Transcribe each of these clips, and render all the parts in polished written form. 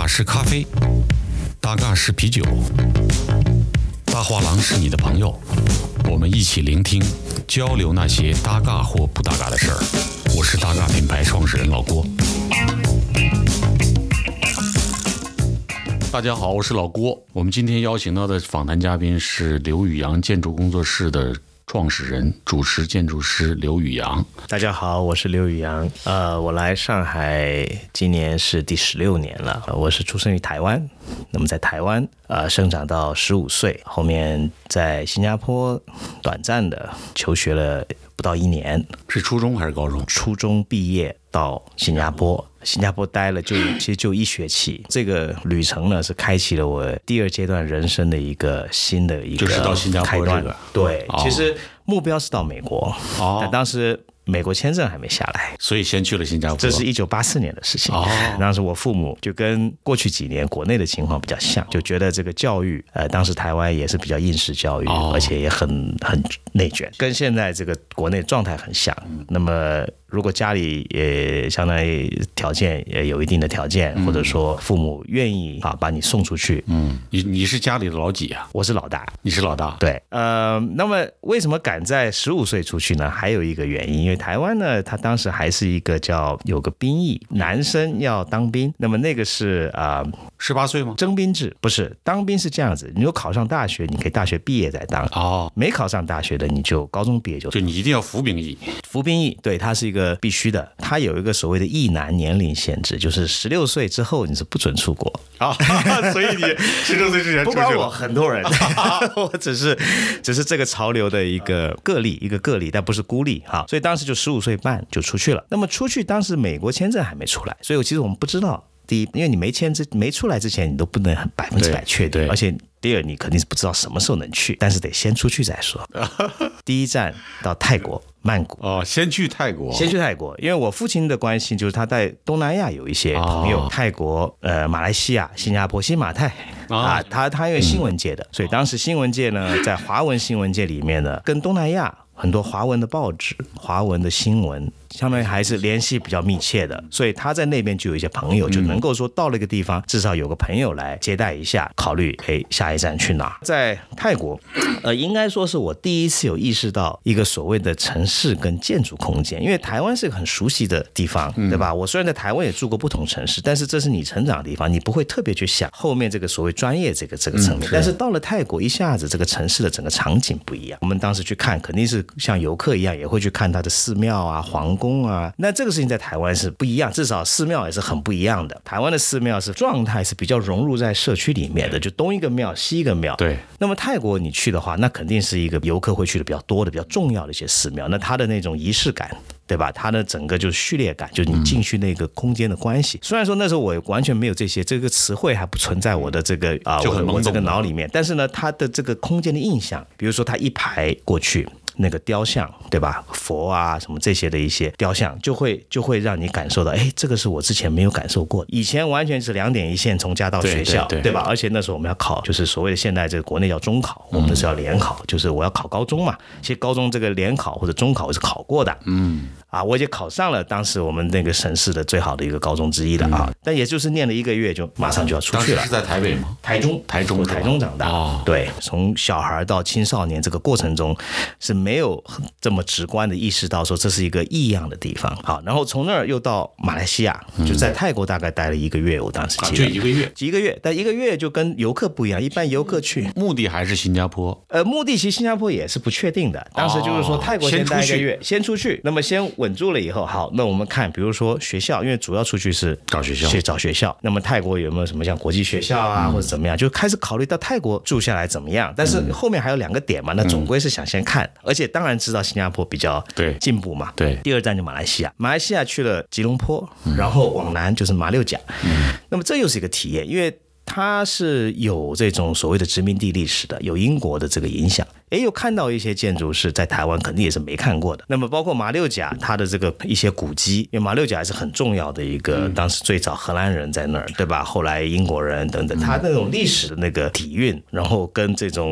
嘎是咖啡，大嘎是啤酒，大画廊是你的朋友，我们一起聆听交流那些搭嘎或不搭嘎的事儿。我是搭嘎品牌创始人老郭。大家好，我是老郭。我们今天邀请到的访谈嘉宾是刘宇阳建筑工作室的创始人、主持建筑师刘宇阳。 大家好，我是刘宇阳。我来上海今年是第16年了。我是出生于台湾，那么在台湾生长到15岁，后面在新加坡短暂的求学了不到1年。 是初中还是高中？ 初中毕业到新加坡。新加坡待了其实就1学期，这个旅程呢是开启了我第2阶段人生的一个新的一个就是到新加坡这个。 对，其实目标是到美国，但当时美国签证还没下来， 所以先去了新加坡。 这是1984年的事情。当时我父母就跟过去几年国内的情况比较像，就觉得这个教育，当时台湾也是比较应试教育，而且也很内卷，跟现在这个国内状态很像。那么如果家里也相当于条件也有一定的条件，或者说父母愿意把你送出去， 你是家里的老几啊？ 我是老大。 你是老大？ 对，那么为什么敢在15岁出去呢？还有一个原因，因为台湾呢，它当时还是一个有个兵役，男生要当兵，那么那个是 18岁吗？ 征兵制，不是当兵是这样子，你有考上大学，你可以大学毕业再当，没考上大学的你就高中毕业就你一定要服兵役。 服兵役，对，它是一个必须的，它有一个所谓的役男年龄限制，就是16岁之后你是不准出国所以你16岁之前出去了。 不管我很多人我只是这个潮流的一个个例，但不是孤立哈。所以当时就15岁半就出去了。那么出去当时美国签证还没出来，所以其实我们不知道，第一，因为你没出来之前你都不能很100%确定，而且第二你肯定是不知道什么时候能去，但是得先出去再说。第一站到泰国曼谷。 先去泰国， 因为我父亲的关系就是他在东南亚有一些朋友，泰国、马来西亚、新加坡、新马泰他因为新闻界的，所以当时新闻界呢，在华文新闻界里面呢，跟东南亚很多华文的报纸、华文的新闻相当于还是联系比较密切的，所以他在那边就有一些朋友，就能够说到了一个地方，至少有个朋友来接待一下，考虑下一站去哪。在泰国应该说是我第一次有意识到一个所谓的城市跟建筑空间，因为台湾是个很熟悉的地方，对吧？我虽然在台湾也住过不同城市，但是这是你成长的地方，你不会特别去想后面这个所谓专业这个层面。但是到了泰国，一下子这个城市的整个场景不一样。我们当时去看，肯定是像游客一样，也会去看它的寺庙啊、皇宫啊。那这个事情在台湾是不一样，至少寺庙也是很不一样的。台湾的寺庙是状态是比较融入在社区里面的，就东一个庙西一个庙。 对。 那么泰国你去的话，那肯定是一个游客会去的比较多的、比较重要的一些寺庙。那它的那种仪式感，对吧？它的整个就是序列感，就是你进去那个空间的关系。虽然说那时候我完全没有这个词汇还不存在我的这个我这个脑里面，但是呢，它的这个空间的印象，比如说它一排过去。那个雕像，对吧？佛啊什么这些的一些雕像，就会让你感受到，这个是我之前没有感受过。以前完全是2点一线，从家到学校， 对吧？而且那时候我们要考，就是所谓的现在这个国内叫中考，我们是要联考，就是我要考高中嘛。其实高中这个联考或者中考我是考过的，我也考上了当时我们那个省市的最好的一个高中之一的但也就是念了1个月就马上就要出去了。 当时是在台北吗？ 台中长大。对，从小孩到青少年这个过程中是没有这么直观的意识到说这是一个异样的地方。好，然后从那儿又到马来西亚，就在泰国大概待了1个月，我当时记得就1个月， 但1个月就跟游客不一样，一般游客去目的还是新加坡。 目的其实新加坡也是不确定的，当时就是说泰国先待1个月，先出去，那么先稳住了以后，好，那我们看比如说学校，因为主要出去是找学校，那么泰国有没有什么像国际学校啊或者怎么样，就开始考虑到泰国住下来怎么样。但是后面还有2个点嘛，那总归是想先看，而且当然知道新加坡比较进步嘛。 对， 第2站就马来西亚去了吉隆坡，然后往南就是马六甲。那么这又是一个体验，因为它是有这种所谓的殖民地历史的，有英国的这个影响，又看到一些建筑是在台湾肯定也是没看过的。那么包括马六甲它的这个一些古迹，因为马六甲还是很重要的一个，当时最早荷兰人在那儿，对吧？后来英国人等等，它那种历史的那个底蕴，然后跟这种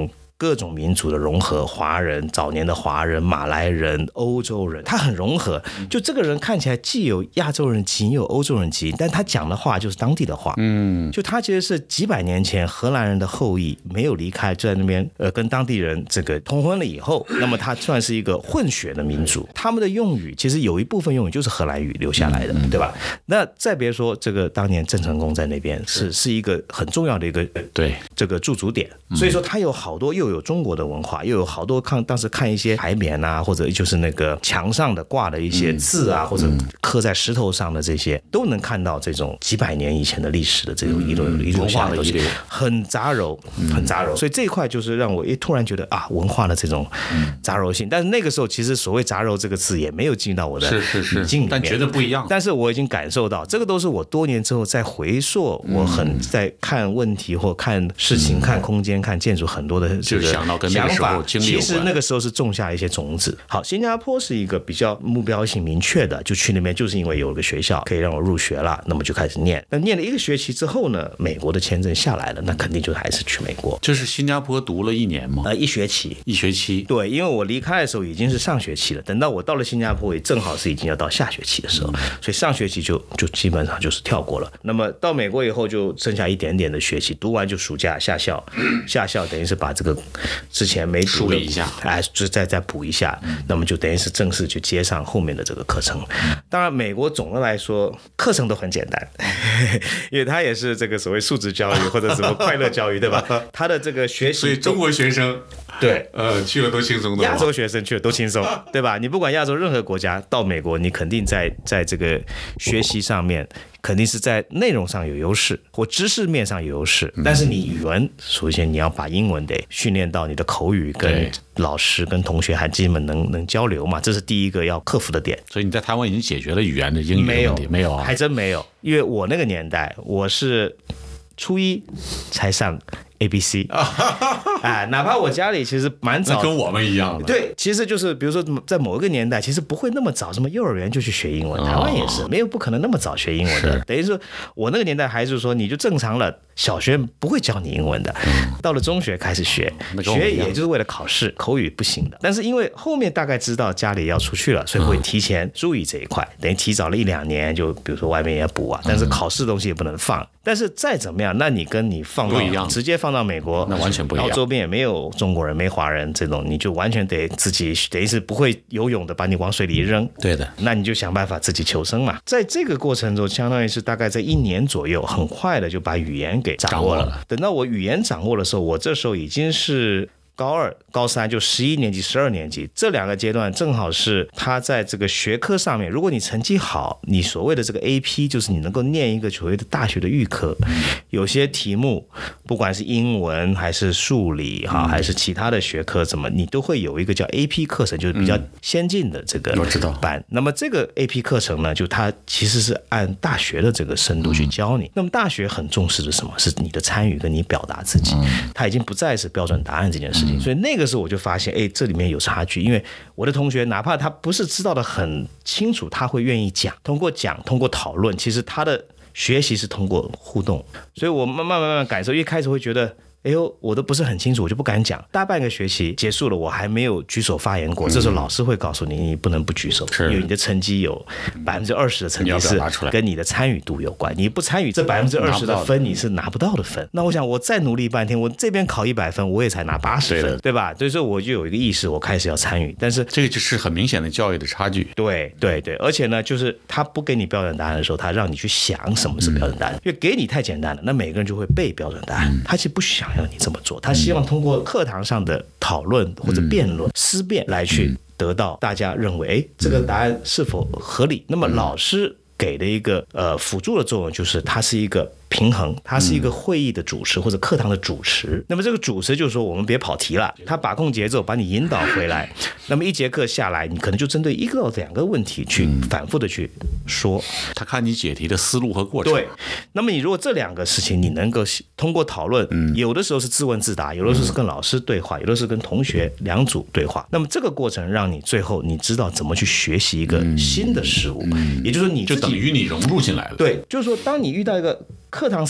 各种民族的融合，华人、早年的华人、马来人、欧洲人，他很融合。就这个人看起来既有亚洲人基因，又有欧洲人基因，但他讲的话就是当地的话。就他其实是几百年前荷兰人的后裔，没有离开，就在那边跟当地人这个通婚了以后，那么他算是一个混血的民族。他们的用语其实有一部分用语就是荷兰语留下来的，对吧？那再别说这个当年郑成功在那边是一个很重要的一个对这个驻足点，所以说他有好多又有中国的文化，又有好多当时看一些牌匾啊，或者就是那个墙上的挂的一些字啊，或者刻在石头上的这些，都能看到这种几百年以前的历史的这种遗留下来的东西，很杂糅，很杂糅。所以这一块就是让我突然觉得啊，文化的这种杂糅性。但是那个时候其实所谓杂糅这个字也没有进到我的语境里面， 但绝对不一样。 但是我已经感受到，这个都是我多年之后再回溯，我很在看问题或看事情、看空间、看建筑很多的这个想法，其实那个时候是种下一些种子。好，新加坡是一个比较目标性明确的，就去那边就是因为有个学校可以让我入学了，那么就开始念。那念了1个学期之后呢，美国的签证下来了，那肯定就还是去美国。 就是新加坡读了1年吗 ？1学期。 1学期。 对，因为我离开的时候已经是上学期了，等到我到了新加坡也正好是已经要到下学期的时候，所以上学期就基本上就是跳过了。那么到美国以后就剩下一点点的学期，读完就暑假下校，等于是把这个之前没读的梳理一下， 就再补一下，那么就等于是正式就接上后面的这个课程。当然，美国总的来说课程都很简单，因为它也是这个所谓素质教育或者什么快乐教育，对吧？它的这个学习， 所以中国学生对去了都轻松的， 亚洲学生去了都轻松，对吧？你不管亚洲任何国家到美国，你肯定在这个学习上面肯定是在内容上有优势，或知识面上有优势，但是你语文首先你要把英文得训练到你的口语跟老师跟同学还基本能交流嘛，这是第一个要克服的点。 所以你在台湾已经解决了语言的英语的问题？没有啊， 还真没有。因为我那个年代我是初一才上 ABC 哪怕我家里其实蛮早， 那跟我们一样的。 对，其实就是比如说在某一个年代，其实不会那么早，什么幼儿园就去学英文，台湾也是不可能那么早学英文的。等于说我那个年代还是说你就正常了，小学不会教你英文的，到了中学开始学也就是为了考试，口语不行的。但是因为后面大概知道家里要出去了，所以会提前注意这一块，等于提早了1-2年，就比如说外面也补啊，但是考试的东西也不能放。但是再怎么样，那你跟你放到不一样， 直接放到美国， 那完全不一样。 然后周边也没有中国人、没华人这种，你就完全得自己，等于是不会游泳的，把你往水里一扔。 对的， 那你就想办法自己求生嘛。在这个过程中，相当于是大概在1年左右，很快的就把语言给掌握了。等到我语言掌握的时候，我这时候已经是高2、高3，就11年级、12年级这2个阶段，正好是他在这个学科上面，如果你成绩好，你所谓的这个 AP， 就是你能够念一个所谓的大学的预科，有些题目不管是英文还是数理还是其他的学科怎么，你都会有一个叫 AP 课程，就是比较先进的这个班。那么这个 AP 课程呢，就它其实是按大学的这个深度去教你。那么大学很重视的什么？是你的参与跟你表达自己，它已经不再是标准答案这件事情。所以那个时候我就发现，这里面有差距。因为我的同学哪怕他不是知道的很清楚，他会愿意讲，通过讨论，其实他的学习是通过互动。所以我慢慢感受，一开始会觉得我都不是很清楚，我就不敢讲。大半个学期结束了，我还没有举手发言过。这时候老师会告诉你，你不能不举手，因为你的成绩有20%的成绩是跟你的参与度有关。你不参与，这20%的分你是拿不到的分。那我想，我再努力半天，我这边考100分，我也才拿80分，对吧？所以说我就有一个意识，我开始要参与。但是这个就是很明显的教育的差距。 对，而且呢，就是他不给你标准答案的时候，他让你去想什么是标准答案，因为给你太简单了，那每个人就会背标准答案，他其实不想要你这么做，他希望通过课堂上的讨论或者辩论、思辨来去得到大家认为这个答案是否合理。那么老师给的一个辅助的作用，就是它是一个平衡，它是一个会议的主持或者课堂的主持。那么这个主持就是说，我们别跑题了，他把控节奏，把你引导回来。那么一节课下来，你可能就针对1到2个问题去反复的去说， 他看你解题的思路和过程。 对，那么你如果这2个事情你能够通过讨论，有的时候是自问自答，有的时候是跟老师对话，有的是跟同学2组对话。那么这个过程让你最后你知道怎么去学习一个新的事物，也就是说你就等于你融入进来了。 对，就是说当你遇到一个课堂上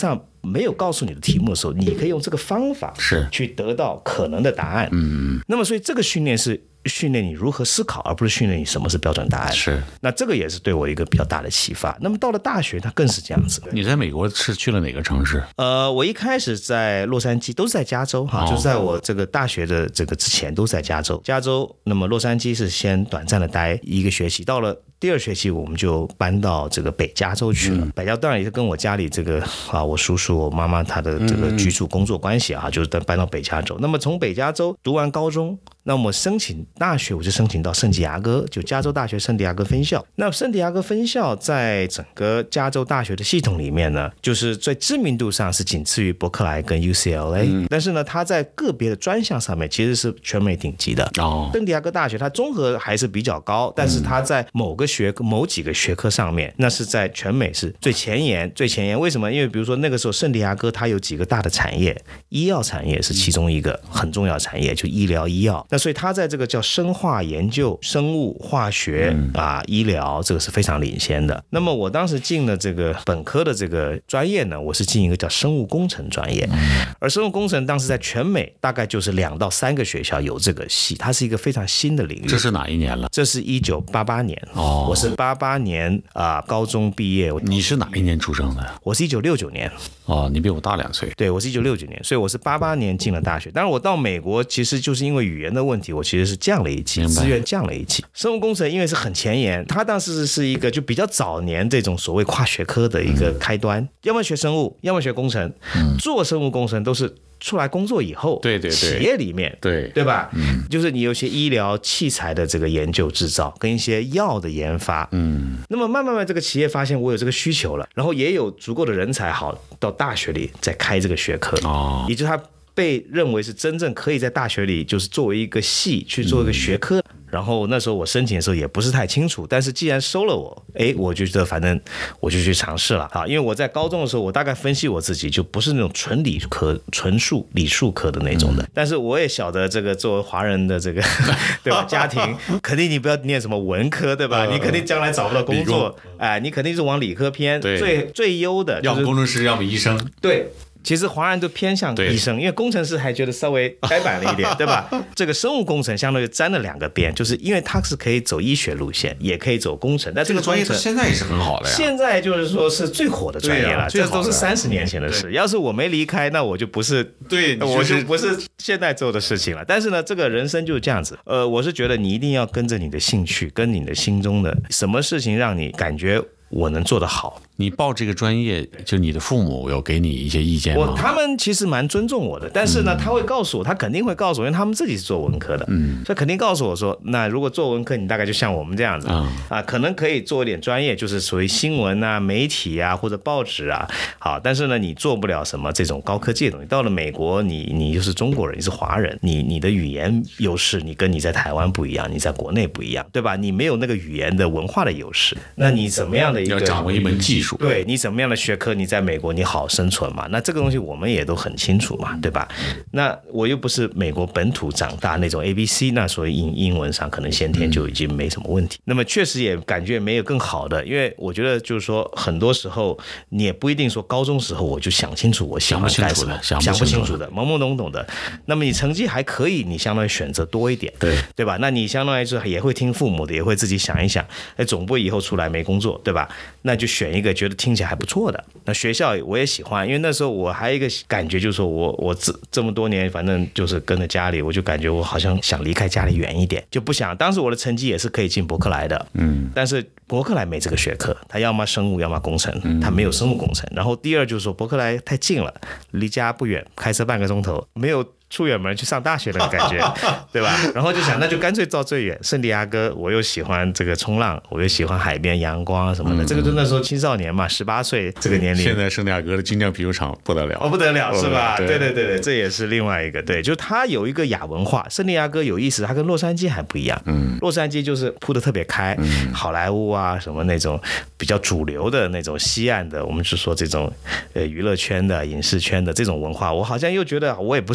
没有告诉你的题目的时候，你可以用这个方法去得到可能的答案。那么所以这个训练是训练你如何思考，而不是训练你什么是标准答案。 是， 那这个也是对我一个比较大的启发。那么到了大学，它更是这样子。 你在美国是去了哪个城市？ 我一开始在洛杉矶，都是在加州哈，就是在我这个大学的这个之前都是在加州。那么洛杉矶是先短暂的待1个学期，到了第2学期我们就搬到这个北加州去了。北加州当然也是跟我家里这个我叔叔我妈妈他的这个居住工作关系就是搬到北加州。那么从北加州读完高中，那么申请大学我就申请到圣地亚哥，就加州大学圣地亚哥分校。那圣地亚哥分校在整个加州大学的系统里面呢，就是在知名度上是仅次于伯克莱跟 UCLA，但是呢它在个别的专项上面其实是全美顶级的。圣地亚哥大学它综合还是比较高，但是它在某几个学科上面，那是在全美是最前沿。为什么？因为比如说那个时候圣地亚哥它有几个大的产业，医药产业是其中一个很重要的产业，就医疗医药。那所以它在这个叫生化研究、生物化学医疗，这个是非常领先的。那么我当时进了这个本科的这个专业呢，我是进一个叫生物工程专业，而生物工程当时在全美大概就是2到3个学校有这个系，它是一个非常新的领域。 这是哪一年了？ 这是1988年。我是88年高中毕业。 你是哪一年出生的？ 我是1969年。 你比我大2岁。 对，我是1969年，所以我是88年进了大学。当然我到美国其实就是因为语言的问题，我其实是降了一级，资源降了一级。生物工程因为是很前沿，它当时是一个就比较早年这种所谓跨学科的一个开端，要么学生物，要么学工程。做生物工程都是出来工作以后， 对， 企业里面，对吧？就是你有些医疗器材的这个研究制造，跟一些药的研发，那么慢慢这个企业发现我有这个需求了，然后也有足够的人才，好到大学里再开这个学科，也就是它被认为是真正可以在大学里就是作为一个系去做一个学科。然后那时候我申请的时候也不是太清楚，但是既然收了我，我就觉得反正我就去尝试了因为我在高中的时候，我大概分析我自己就不是那种纯理科、纯理数科的那种的，但是我也晓得这个作为华人的这个对吧，家庭肯定你不要念什么文科对吧，你肯定将来找不到工作，你肯定是往理科偏，最优的要么工程师，要么医生， 对。其实华人都偏向医生，因为工程师还觉得稍微呆板了一点，对吧？这个生物工程相当于沾了2个边，就是因为它是可以走医学路线，也可以走工程。但这个专业现在也是很好的呀。 现在就是说是最火的专业了，这都是30年前的事。要是我没离开，那我就不是我就不是现在做的事情了。但是呢，这个人生就是这样子。我是觉得你一定要跟着你的兴趣，跟你的心中的什么事情让你感觉我能做得好。 你报这个专业，就你的父母有给你一些意见吗？ 他们其实蛮尊重我的，但是呢，他会告诉我，他肯定会告诉我，因为他们自己是做文科的，所以肯定告诉我说，那如果做文科，你大概就像我们这样子可能可以做一点专业，就是属于新闻啊、媒体啊或者报纸啊，好，但是呢，你做不了什么这种高科技的东西。到了美国，你就是中国人，你是华人，你的语言优势，你跟你在台湾不一样，你在国内不一样，对吧？你没有那个语言的文化的优势，那你怎么样的一个要掌握一门技术？ 对，你怎么样的学科，你在美国你好生存嘛？那这个东西我们也都很清楚嘛，对吧？那我又不是美国本土长大那种 ABC， 那所以英文上可能先天就已经没什么问题。那么确实也感觉没有更好的，因为我觉得就是说，很多时候你也不一定说高中时候我就想清楚我喜欢干什么，想不清楚的，懵懵懂懂的。那么你成绩还可以，你相当于选择多一点，对吧？那你相当于是也会听父母的，也会自己想一想，总不会以后出来没工作，对吧？那就选一个觉得听起来还不错的。那学校我也喜欢，因为那时候我还有一个感觉，就是说我这么多年反正就是跟着家里，我就感觉我好像想离开家里远一点，就不想。当时我的成绩也是可以进伯克莱的，但是伯克莱没这个学科，他要么生物要么工程，他没有生物工程。然后第二就是说伯克莱太近了，离家不远，开车半个钟头，没有出远门去上大学的感觉，对吧？然后就想那就干脆到最远圣地亚哥，我又喜欢这个冲浪，我又喜欢海边阳光什么的，这个就那时候青少年嘛，18岁这个年龄。 现在圣地亚哥的精酿啤酒厂不得了， 不得了是吧？对，这也是另外一个，对，就它有一个亚文化。圣地亚哥有意思，它跟洛杉矶还不一样，洛杉矶就是铺得特别开，好莱坞啊什么那种比较主流的那种西岸的，我们是说这种娱乐圈的、影视圈的这种文化，我好像又觉得我也不是那一挂。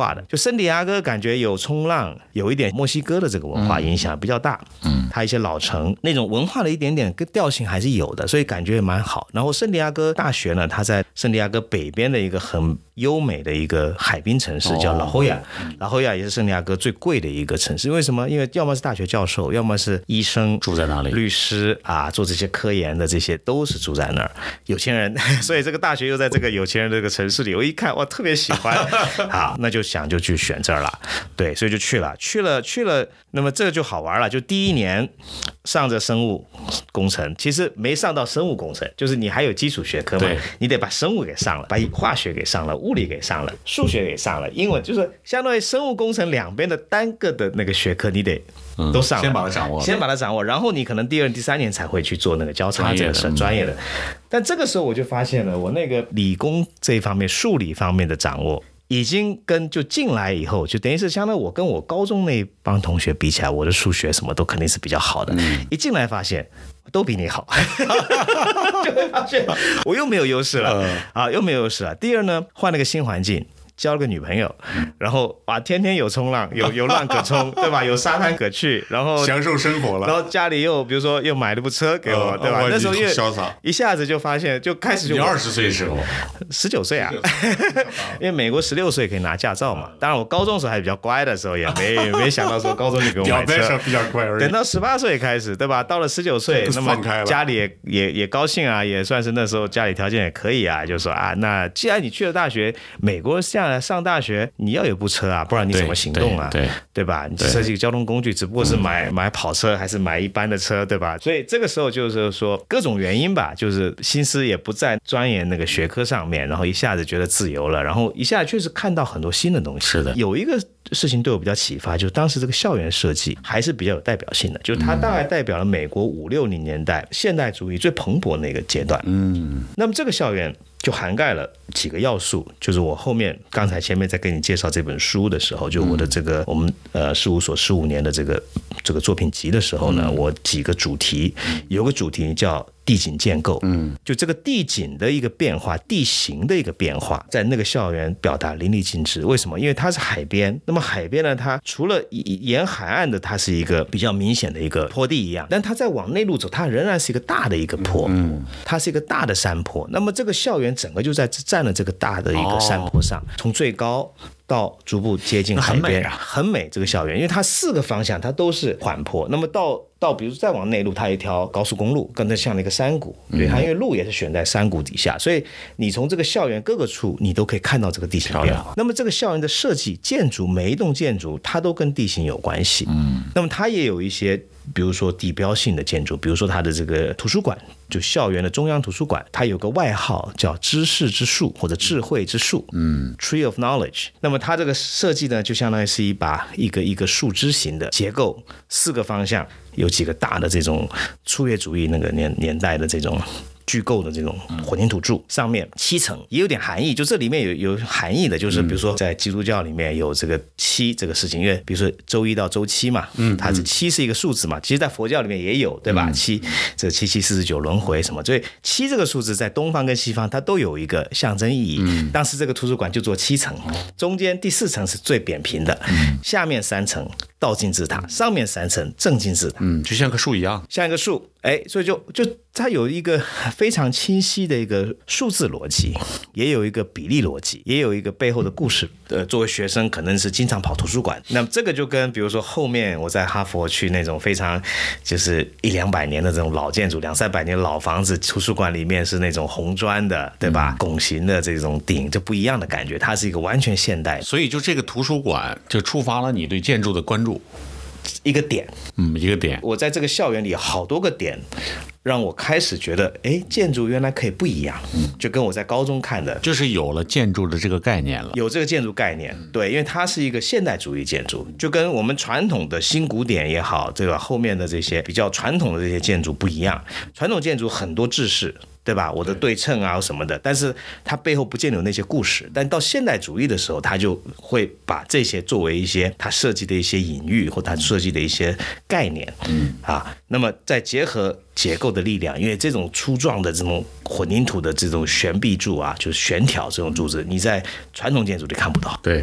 挂的。就圣地亚哥感觉有冲浪，有一点墨西哥的这个文化影响比较大，它一些老城那种文化的一点点跟调性还是有的，所以感觉蛮好。然后圣地亚哥大学呢，它在圣地亚哥北边的一个很优美的一个海滨城市叫拉霍亚，拉霍亚也是圣地亚哥最贵的一个城市。为什么？因为要么是大学教授，要么是医生住在那里， 律师啊，做这些科研的这些都是住在那儿，有钱人。所以这个大学又在这个有钱人这个城市里，我一看哇，特别喜欢，好，那就想就去选这儿了，对，所以就去了。那么这个就好玩了，就第一年上着生物工程，其实没上到生物工程，就是你还有基础学科嘛，你得把生物给上了，把化学给上了，物理给上了，数学给上了，英文就是相当于生物工程两边的单个的那个学科你得都上了，先把它掌握，然后你可能第2、第3年才会去做那个交叉这个事，专业的。但这个时候我就发现了，我那个理工这一方面、数理方面的掌握，已经跟就进来以后，就等于是相当于我跟我高中那帮同学比起来，我的数学什么都肯定是比较好的。一进来发现都比你好，就会发现我又没有优势了又没有优势了。第二呢，换了个新环境。交了个女朋友，然后天天有冲浪，有浪可冲，对吧？有沙滩可去，然后享受生活了。 然后家里又比如说又买了部车给我，对吧？那时候一下子就发现，就开始就你20岁的时候 ，19岁啊，因为美国16岁可以拿驾照嘛。当然我高中时候还比较乖的时候，也没想到说高中就给我买车， 比较乖而已。 等到18岁开始，对吧？到了19岁，那么家里也高兴啊，也算是那时候家里条件也可以啊，就说那既然你去了大学，美国上大学你要有部车啊，不然你怎么行动啊？对吧？你这是一个交通工具，只不过是买跑车还是买一般的车，对吧？所以这个时候就是说各种原因吧，就是心思也不在钻研那个学科上面，然后一下子觉得自由了，然后一下子确实看到很多新的东西。 是的， 有一个事情对我比较启发，就是当时这个校园设计还是比较有代表性的，就是它大概代表了美国50、60年代现代主义最蓬勃那个阶段。那么这个校园就涵盖了几个要素，就是我后面刚才前面在跟你介绍这本书的时候，就我的这个我们事务所15年的这个作品集的时候呢，我几个主题，有个主题叫地景建构，就这个地景的一个变化，地形的一个变化，在那个校园表达淋漓尽致。为什么？因为它是海边，那么海边呢，它除了沿海岸的它是一个比较明显的一个坡地一样，但它再往内陆走，它仍然是一个大的一个坡，它是一个大的山坡。那么这个校园整个就在站了这个大的一个山坡上，从最高到逐步接近海边，很美这个校园，因为它4个方向它都是缓坡。那么到比如再往内陆，它有一条高速公路，更得像那个山谷，对，它因为路也是选在山谷底下，所以你从这个校园各个处你都可以看到这个地形变化。那么这个校园的设计建筑，每一栋建筑它都跟地形有关系，那么它也有一些比如说地标性的建筑，比如说它的这个图书馆，就校园的中央图书馆，它有个外号叫知识之树或者智慧之树，Tree of Knowledge。那么它这个设计呢，就相当于是一个树枝形的结构，4个方向，有几个大的这种粗野主义那个年代的这种巨构的这种混凝土柱，上面7层，也有点含义，就这里面有含义的，就是比如说在基督教里面有这个7这个事情，因为比如说周1到周7嘛，它是7是一个数字嘛，其实在佛教里面也有，对吧？7这7749轮回什么，所以7这个数字在东方跟西方它都有一个象征意义。当时这个图书馆就做7层，中间第4层是最扁平的，下面3层倒金字塔，上面3层正金字塔， 就像个树一样， 像一个树，所以就它有一个非常清晰的一个数字逻辑，也有一个比例逻辑，也有一个背后的故事。作为学生可能是经常跑图书馆，那么这个就跟比如说后面我在哈佛去那种非常就是100-200年的这种老建筑，200-300年的老房子，图书馆里面是那种红砖的，对吧？拱形的这种顶，就不一样的感觉，它是一个完全现代。 所以就这个图书馆就触发了你对建筑的关注。 一个点， 一个点。 我在这个校园里好多个点，让我开始觉得，建筑原来可以不一样。就跟我在高中看的， 就是有了建筑的这个概念了。 有这个建筑概念，对，因为它是一个现代主义建筑，就跟我们传统的新古典也好，这个后面的这些比较传统的这些建筑不一样。传统建筑很多制式，对吧？我的对称啊什么的，但是它背后不见得有那些故事。但到现代主义的时候，他就会把这些作为一些他设计的一些隐喻或他设计的一些概念，那么再结合结构的力量，因为这种粗壮的这种混凝土的这种悬臂柱啊，就是悬挑这种柱子，你在传统建筑里看不到。 对。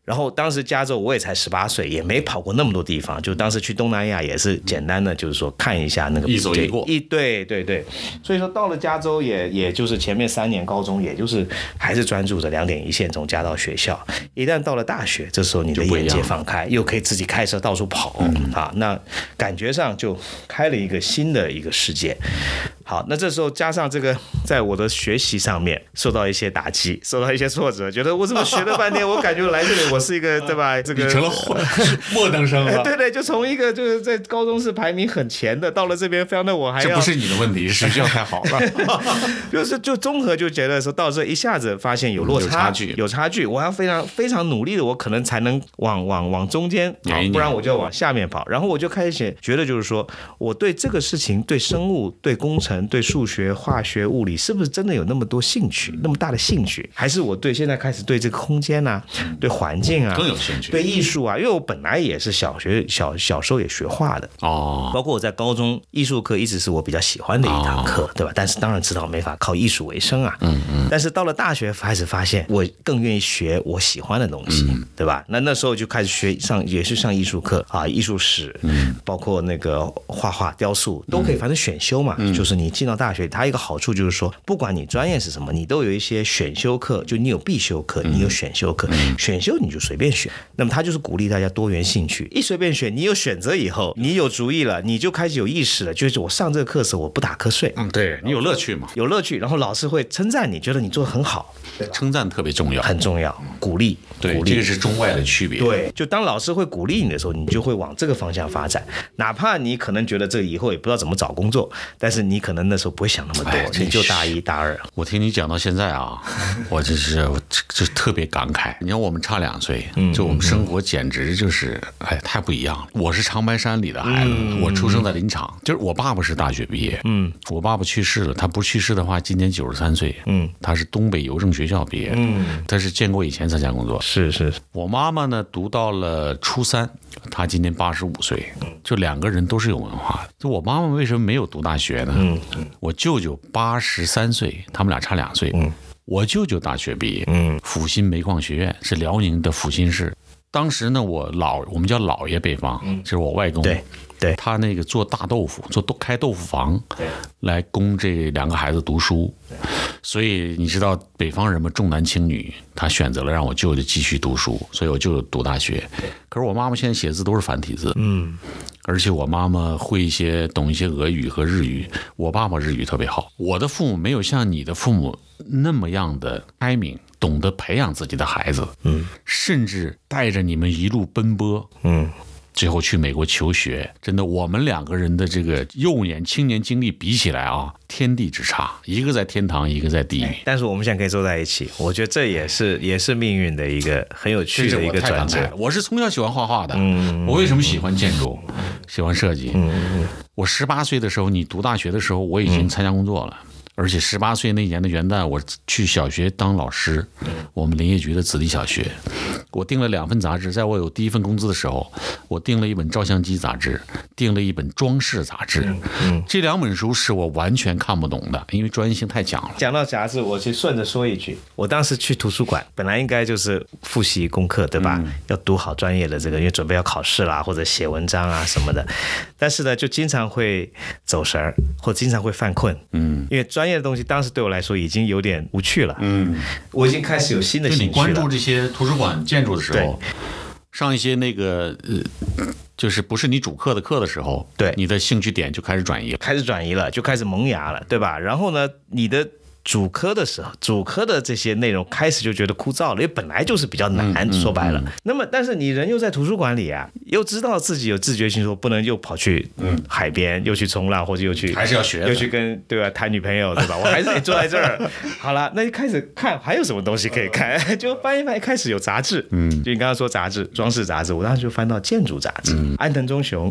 然后当时加州我也才18岁，也没跑过那么多地方，就当时去东南亚也是简单的，就是说看一下那个一走一过， 对，所以说到了加州也就是前面3年高中，也就是还是专注着2点一线从家到学校。一旦到了大学，这时候你的眼界放开，又可以自己开车到处跑啊，那感觉上就开了一个新的一个世界。好，那这时候加上这个，在我的学习上面受到一些打击，受到一些挫折，觉得我怎么学了半天，我感觉来这里我是一个对吧？这个你成了末等生了。 对，就从一个就是在高中是排名很前的，到了这边非常的我还要， 这不是你的问题，是学校太好了。 就综合就觉得说到这一下子发现有落差，有差距，我要非常努力的，我可能才能往中间跑，不然我就要往下面跑。然后我就开始觉得就是说我对这个事情，对生物、对工程、对数学、化学、物理，是不是真的有那么多兴趣，那么大的兴趣？还是我对现在开始对这个空间啊，对环境啊更有兴趣， 对艺术啊？因为我本来也是小时候也学画的哦，包括我在高中艺术课一直是我比较喜欢的一堂课，对吧？但是当然知道没法靠艺术为生啊，但是到了大学开始发现，我更愿意学我喜欢的东西，对吧？那时候就开始也是上艺术课啊，艺术史，包括那个画画、雕塑都可以，反正选修嘛，就是你进到大学，它一个好处就是说，不管你专业是什么，你都有一些选修课，就你有必修课，你有选修课，选修你就随便选。那么他就是鼓励大家多元兴趣，一随便选，你有选择以后，你有主意了，你就开始有意识了，就是我上这个课时候我不打瞌睡， 对你有乐趣嘛， 有乐趣，然后老师会称赞你，觉得你做得很好， 称赞特别重要， 很重要，鼓励， 对，这个是中外的区别。 对，就当老师会鼓励你的时候，你就会往这个方向发展，哪怕你可能觉得这以后也不知道怎么找工作，但是你可能那时候不会想那么多，你就大1大2。 我听你讲到现在啊，我就特别感慨。你看我们差2岁，就我们生活简直就是太不一样了。我是长白山里的孩子，我出生在林场，就是我爸爸是大学毕业，我爸爸去世了，他不去世的话，今年93岁，他是东北邮政学校毕业，他是建国以前参加工作， 是。 我妈妈呢读到了初3，她今年85岁，就2个人都是有文化的。就我妈妈为什么没有读大学呢？我舅舅83岁，他们俩差2岁，我舅舅大学毕业，阜新煤矿学院是辽宁的阜新市。当时呢，我们叫姥爷北方，就是我外公，对，他那个做大豆腐，开豆腐房，来供这2个孩子读书。所以你知道北方人嘛，重男轻女，他选择了让我舅舅继续读书，所以我舅舅读大学。可是我妈妈现在写字都是繁体字，而且我妈妈懂一些俄语和日语，我爸爸日语特别好。我的父母没有像你的父母那么样的开明，懂得培养自己的孩子，甚至带着你们一路奔波，最后去美国求学。真的，我们2个人的这个青年经历比起来啊，天地之差，一个在天堂，一个在地狱。 但是我们现在可以坐在一起，我觉得这也是命运的一个很有趣的一个转折。 我是从小喜欢画画的，我为什么喜欢建筑，喜欢设计？我18岁的时候，你读大学的时候，我已经参加工作了。而且18岁那年的元旦，我去小学当老师，我们林业局的子弟小学。我订了2份杂志，在我有第1份工资的时候，我订了一本照相机杂志，订了一本装饰杂志。这2本书是我完全看不懂的，因为专业性太强了。 讲到杂志，我去顺着说一句，我当时去图书馆，本来应该就是复习功课，对吧？要读好专业的这个，因为准备要考试啦，或者写文章啊什么的。但是呢，就经常会走神儿，或经常会犯困。因为专业的东西当时对我来说已经有点无趣了。我已经开始有新的兴趣了。 你关注这些图书馆建筑的时候，上一些那个就是不是你主课的时候，对，你的兴趣点就开始转移了，就开始萌芽了，对吧？然后呢，你的主科的时候，主科的这些内容开始就觉得枯燥了，因为本来就是比较难，说白了。那么，但是你人又在图书馆里啊，又知道自己有自觉性，说不能又跑去海边，又去冲浪，或者又去还是要学， 又去跟对吧谈女朋友，对吧？我还是得坐在这儿。好了，那就开始看还有什么东西可以看，就翻一翻，开始有杂志，就你刚刚说杂志，装饰杂志，我当时就翻到建筑杂志，安藤忠雄，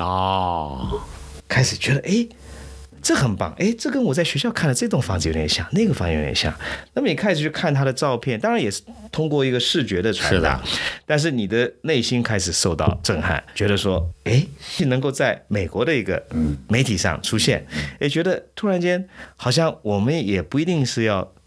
开始觉得这很棒，这跟我在学校看的这栋房子有点像，那个房子有点像。那么你开始去看他的照片，当然也是通过一个视觉的传达，但是你的内心开始受到震撼，觉得说，能够在美国的一个媒体上出现，觉得突然间好像我们也不一定是要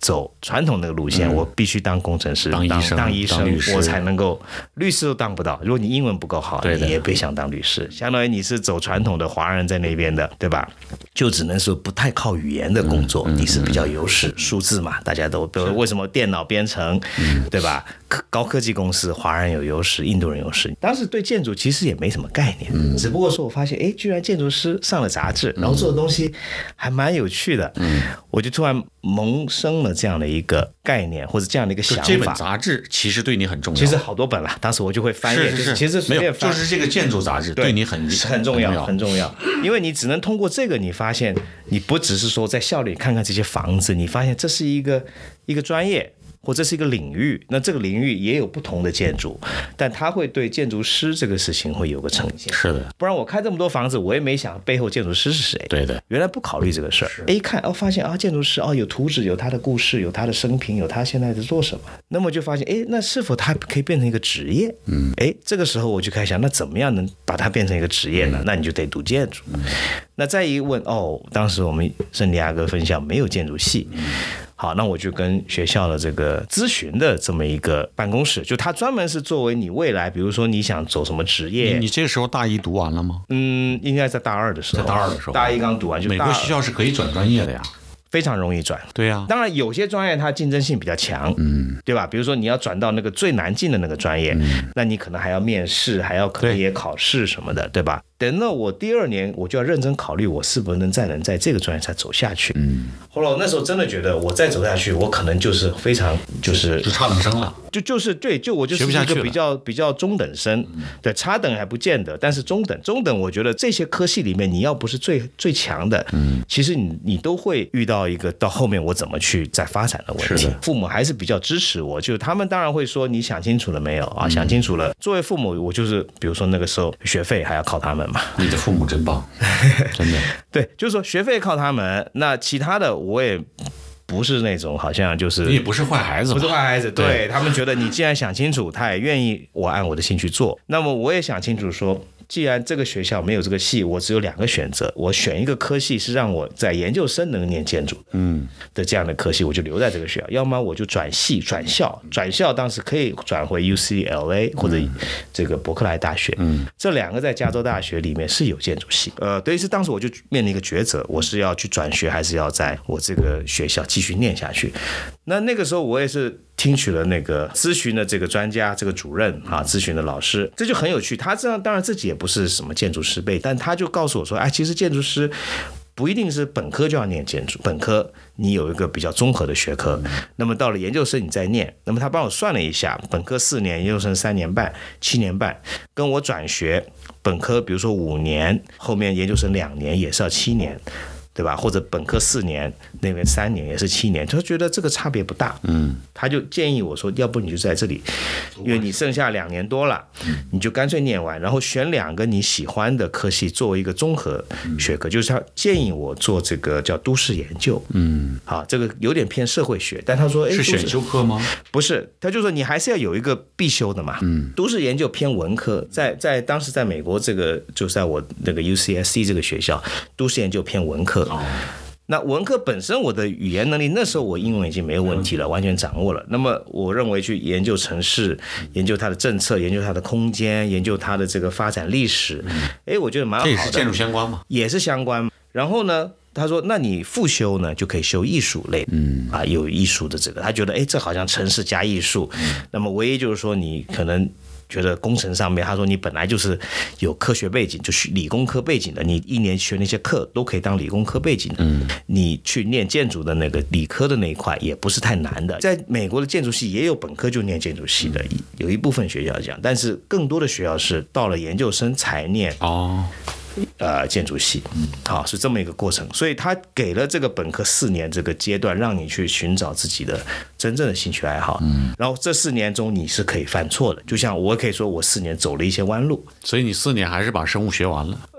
走传统那个路线，我必须当工程师、当医生，我才能够，律师都当不到。如果你英文不够好，你也别想当律师。相当于你是走传统的华人在那边的，对吧？就只能说不太靠语言的工作，你是比较优势。数字嘛，大家都，比如为什么电脑编程，对吧？高科技公司华人有优势，印度人有优势。当时对建筑其实也没什么概念，只不过说我发现，居然建筑师上了杂志，然后做的东西还蛮有趣的，我就突然萌生了这样的一个概念或者这样的一个想法。 这本杂志其实对你很重要， 其实好多本了，当时我就会翻阅，其实没有，就是这个建筑杂志对你很重要，很重要，因为你只能通过这个，你发现你不只是说在校里看看这些房子，你发现这是一个专业。或这是一个领域，那这个领域也有不同的建筑，但它会对建筑师这个事情会有个呈现。 是的， 不然我开这么多房子，我也没想背后建筑师是谁。 对的， 原来不考虑这个事儿。一看发现建筑师有图纸，有他的故事，有他的生平，有他现在在做什么。那么就发现那是否他可以变成一个职业？这个时候我就开始想，那怎么样能把它变成一个职业呢？那你就得读建筑。那再一问当时我们圣地亚哥分校没有建筑系。好，那我就跟学校的这个咨询的这么一个办公室，就他专门是作为你未来，比如说你想走什么职业。 你这个时候大一读完了吗？ 应该在大二的时候。 在大二的时候， 大一刚读完就。 美国学校是可以转专业的呀。 非常容易转， 对呀。 当然有些专业它竞争性比较强，对吧？比如说你要转到那个最难进的那个专业，那你可能还要面试，还要可能也考试什么的，对吧？等到我第2年，我就要认真考虑我是不是能在这个专业才走下去。后来我那时候真的觉得，我再走下去，我可能就是非常就差等生了， 就是对，我就是一个比较中等生，对，差等还不见得，但是中等，我觉得这些科系里面，你要不是最强的，其实你都会遇到一个到后面我怎么去再发展的问题。父母还是比较支持我，就他们当然会说你想清楚了没有啊？想清楚了。作为父母，我就是比如说那个时候学费还要靠他们。 你的父母真棒，真的。 对，就是说学费靠他们，那其他的我也不是那种好像就是你也不是坏孩子， 不是坏孩子。对，他们觉得你既然想清楚，他也愿意我按我的兴趣做。那么我也想清楚说，既然这个学校没有这个系，我只有2个选择，我选一个科系是让我在研究生能念建筑的这样的科系，我就留在这个学校；要么我就转系转校，当时可以转回 UCLA 或者这个伯克莱大学。这2个在加州大学里面是有建筑系。对于是当时我就面临一个抉择，我是要去转学还是要在我这个学校继续念下去。那个时候我也是听取了那个咨询的这个专家，这个主任咨询的老师，这就很有趣。他这样当然自己也不是什么建筑师辈，但他就告诉我说，其实建筑师不一定是本科就要念建筑，本科你有一个比较综合的学科，那么到了研究生你再念。那么他帮我算了一下，本科4年，研究生3年半，7年半，跟我转学本科比如说5年，后面研究生2年也是要7年。对吧？或者本科4年，那边3年也是7年，他觉得这个差别不大。他就建议我说，要不你就在这里，因为你剩下2年多了，你就干脆念完，然后选2个你喜欢的科系作为一个综合学科。就是他建议我做这个叫都市研究。好，这个有点偏社会学，但他说， 是选修课吗？ 不是，他就说你还是要有一个必修的嘛。都市研究偏文科，在当时在美国这个就在我那个 UCSC 这个学校，都市研究偏文科。那文科本身我的语言能力，那时候我英文已经没有问题了，完全掌握了。那么我认为去研究城市，研究它的政策，研究它的空间，研究它的这个发展历史，我觉得蛮好的。 这也是建筑相关吗？ 也是相关。然后呢，他说那你复修呢就可以修艺术类，有艺术的这个，他觉得这好像城市加艺术。那么唯一就是说你可能觉得工程上面，他说你本来就是有科学背景，就是理工科背景的，你1年学那些课都可以当理工科背景的。你去念建筑的那个理科的那一块也不是太难的。在美国的建筑系也有本科就念建筑系的，有一部分学校这样，但是更多的学校是到了研究生才念建筑系。好，是这么一个过程。所以他给了这个本科4年这个阶段，让你去寻找自己的真正的兴趣爱好。然后这4年中你是可以犯错的，就像我可以说我4年走了一些弯路。 所以你4年还是把生物学完了？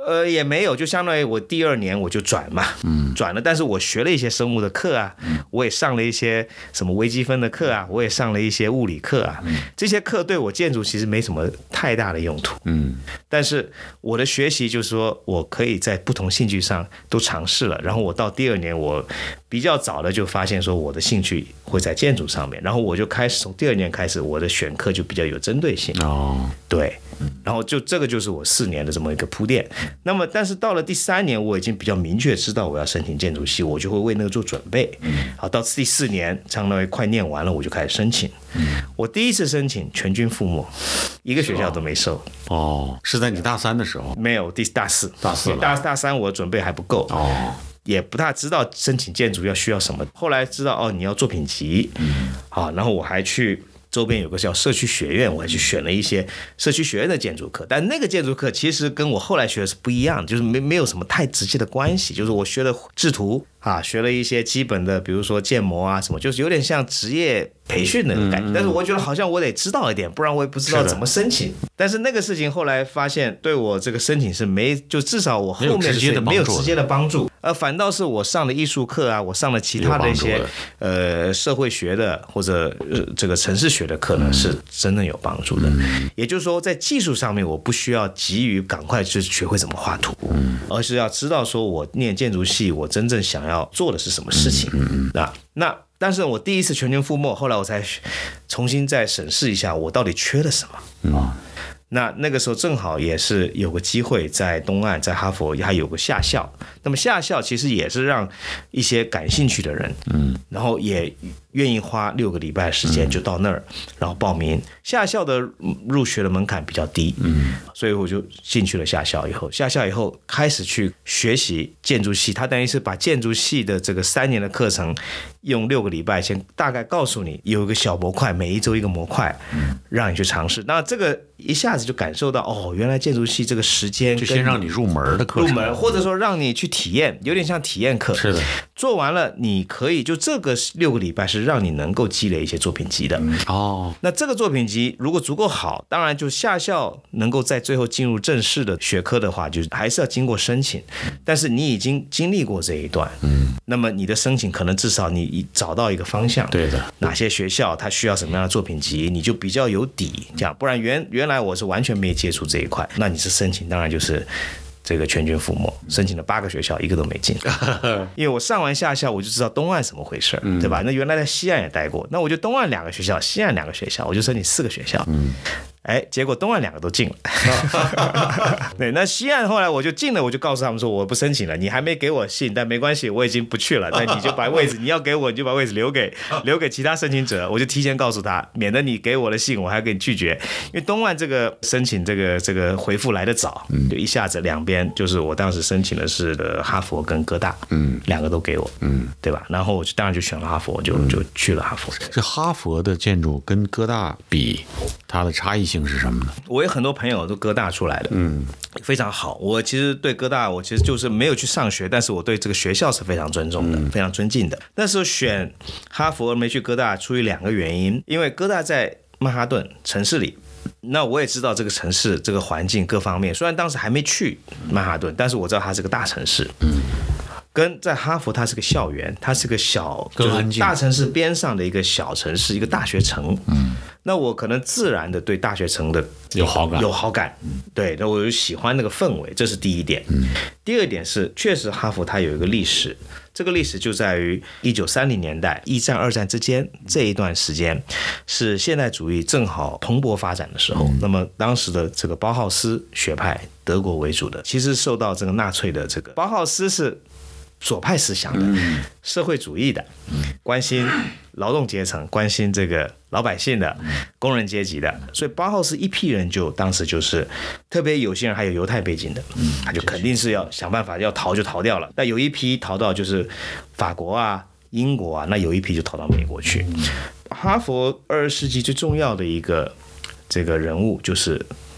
也没有，就相当于我第2年我就转嘛，转了，但是我学了一些生物的课啊，我也上了一些什么微积分的课啊，我也上了一些物理课啊，这些课对我建筑其实没什么太大的用途，但是我的学习就是说我可以在不同兴趣上都尝试了，然后我到第2年我比较早的就发现说我的兴趣会在建筑上面，然后我就开始从第2年开始我的选课就比较有针对性，对，然后就这个就是我4年的这么一个铺垫。那么但是到了第3年我已经比较明确知道我要申请建筑系，我就会为那个做准备，好，到第4年相当于快念完了我就开始申请，我第一次申请全军覆没，一个学校都没收。 是在你大3的时候？ 没有，大四了，大3我准备还不够，也不大知道申请建筑要需要什么，后来知道你要作品集，好，然后我还去周边有个叫社区学院，我还去选了一些社区学院的建筑课，但那个建筑课其实跟我后来学的是不一样，就是没有什么太直接的关系，就是我学了制图啊，学了一些基本的，比如说建模啊什么，就是有点像职业培训的感觉，但是我觉得好像我得知道一点，不然我也不知道怎么申请。但是那个事情后来发现对我这个申请是就至少我后面没有直接的帮助，反倒是我上了艺术课啊，我上了其他的一些社会学的或者这个城市学的课呢，是真正有帮助的。也就是说在技术上面我不需要急于赶快去学会怎么画图，而是要知道说我念建筑系我真正想要做的是什么事情。那但是我第一次全军覆没，后来我才重新再审视一下我到底缺了什么。那个时候正好也是有个机会在东岸，在哈佛还有个夏校，那么夏校其实也是让一些感兴趣的人，然后也愿意花6个礼拜的时间就到那儿，然后报名。夏校的入学的门槛比较低，所以我就进去了夏校。夏校以后开始去学习建筑系，他等于是把建筑系的这个3年的课程用6个礼拜先大概告诉你，有一个小模块，每一周一个模块，让你去尝试。那这个一下子就感受到，原来建筑系这个时间就先让你入门的课程， 或者说让你去体验，有点像体验课。 是的， 做完了你可以就这个6个礼拜是让你能够积累一些作品集的。那这个作品集如果足够好，当然就夏校能够在最后进入正式的学科的话，就还是要经过申请。但是你已经经历过这一段，那么你的申请可能至少你找到一个方向， 对的， 哪些学校它需要什么样的作品集，你就比较有底。这样，不然原来我是完全没接触这一块，那你是申请当然就是这个全军覆没，申请了8个学校，1个都没进。因为我上完夏校，我就知道东岸怎么回事，对吧？那原来在西岸也待过，那我就东岸2个学校，西岸2个学校，我就申请4个学校。结果东岸2个都进了。对，那西岸后来我就进了，我就告诉他们说我不申请了，你还没给我信，但没关系，我已经不去了，那你就把位置你要给我，你就把位置留给其他申请者，我就提前告诉他，免得你给我的信我还给你拒绝。因为东岸这个申请这个回复来得早，就一下子2边，就是我当时申请的是哈佛跟哥大，2个都给我，对吧？然后我就当然就选了哈佛，就去了哈佛。 这哈佛的建筑跟哥大比，它的差异性是什么呢？ 我有很多朋友都哥大出来的，非常好。我其实对哥大，我其实就是没有去上学，但是我对这个学校是非常尊重的，非常尊敬的。那时候选哈佛而没去哥大，出于2个原因，因为哥大在曼哈顿城市里。那我也知道这个城市这个环境各方面，虽然当时还没去曼哈顿，但是我知道它是个大城市。跟在哈佛它是个校园，它是个小就是大城市边上的一个小城市，一个大学城。那我可能自然的对大学城的有好感， 对，那我就喜欢那个氛围，这是第一点。第二点是，确实哈佛它有一个历史，这个历史就在于1930年代1战2战之间这一段时间，是现代主义正好蓬勃发展的时候。那么当时的这个包浩斯学派，德国为主的，其实受到这个纳粹的这个包浩斯是左派思想的，社会主义的，关心劳动阶层，关心这个老百姓的，工人阶级的，所以包浩斯一批人就当时就是特别有些人还有犹太背景的，他就肯定是要想办法要逃就逃掉了。但有一批逃到就是法国啊、英国啊，那有一批就逃到美国去。哈佛20世纪最重要的一个这个人物就是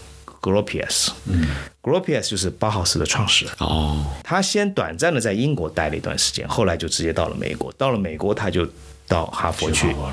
Gropius，Gropius 就是包浩斯的创始人。他先短暂的在英国待了一段时间，后来就直接到了美国。到了美国，他就到哈佛去。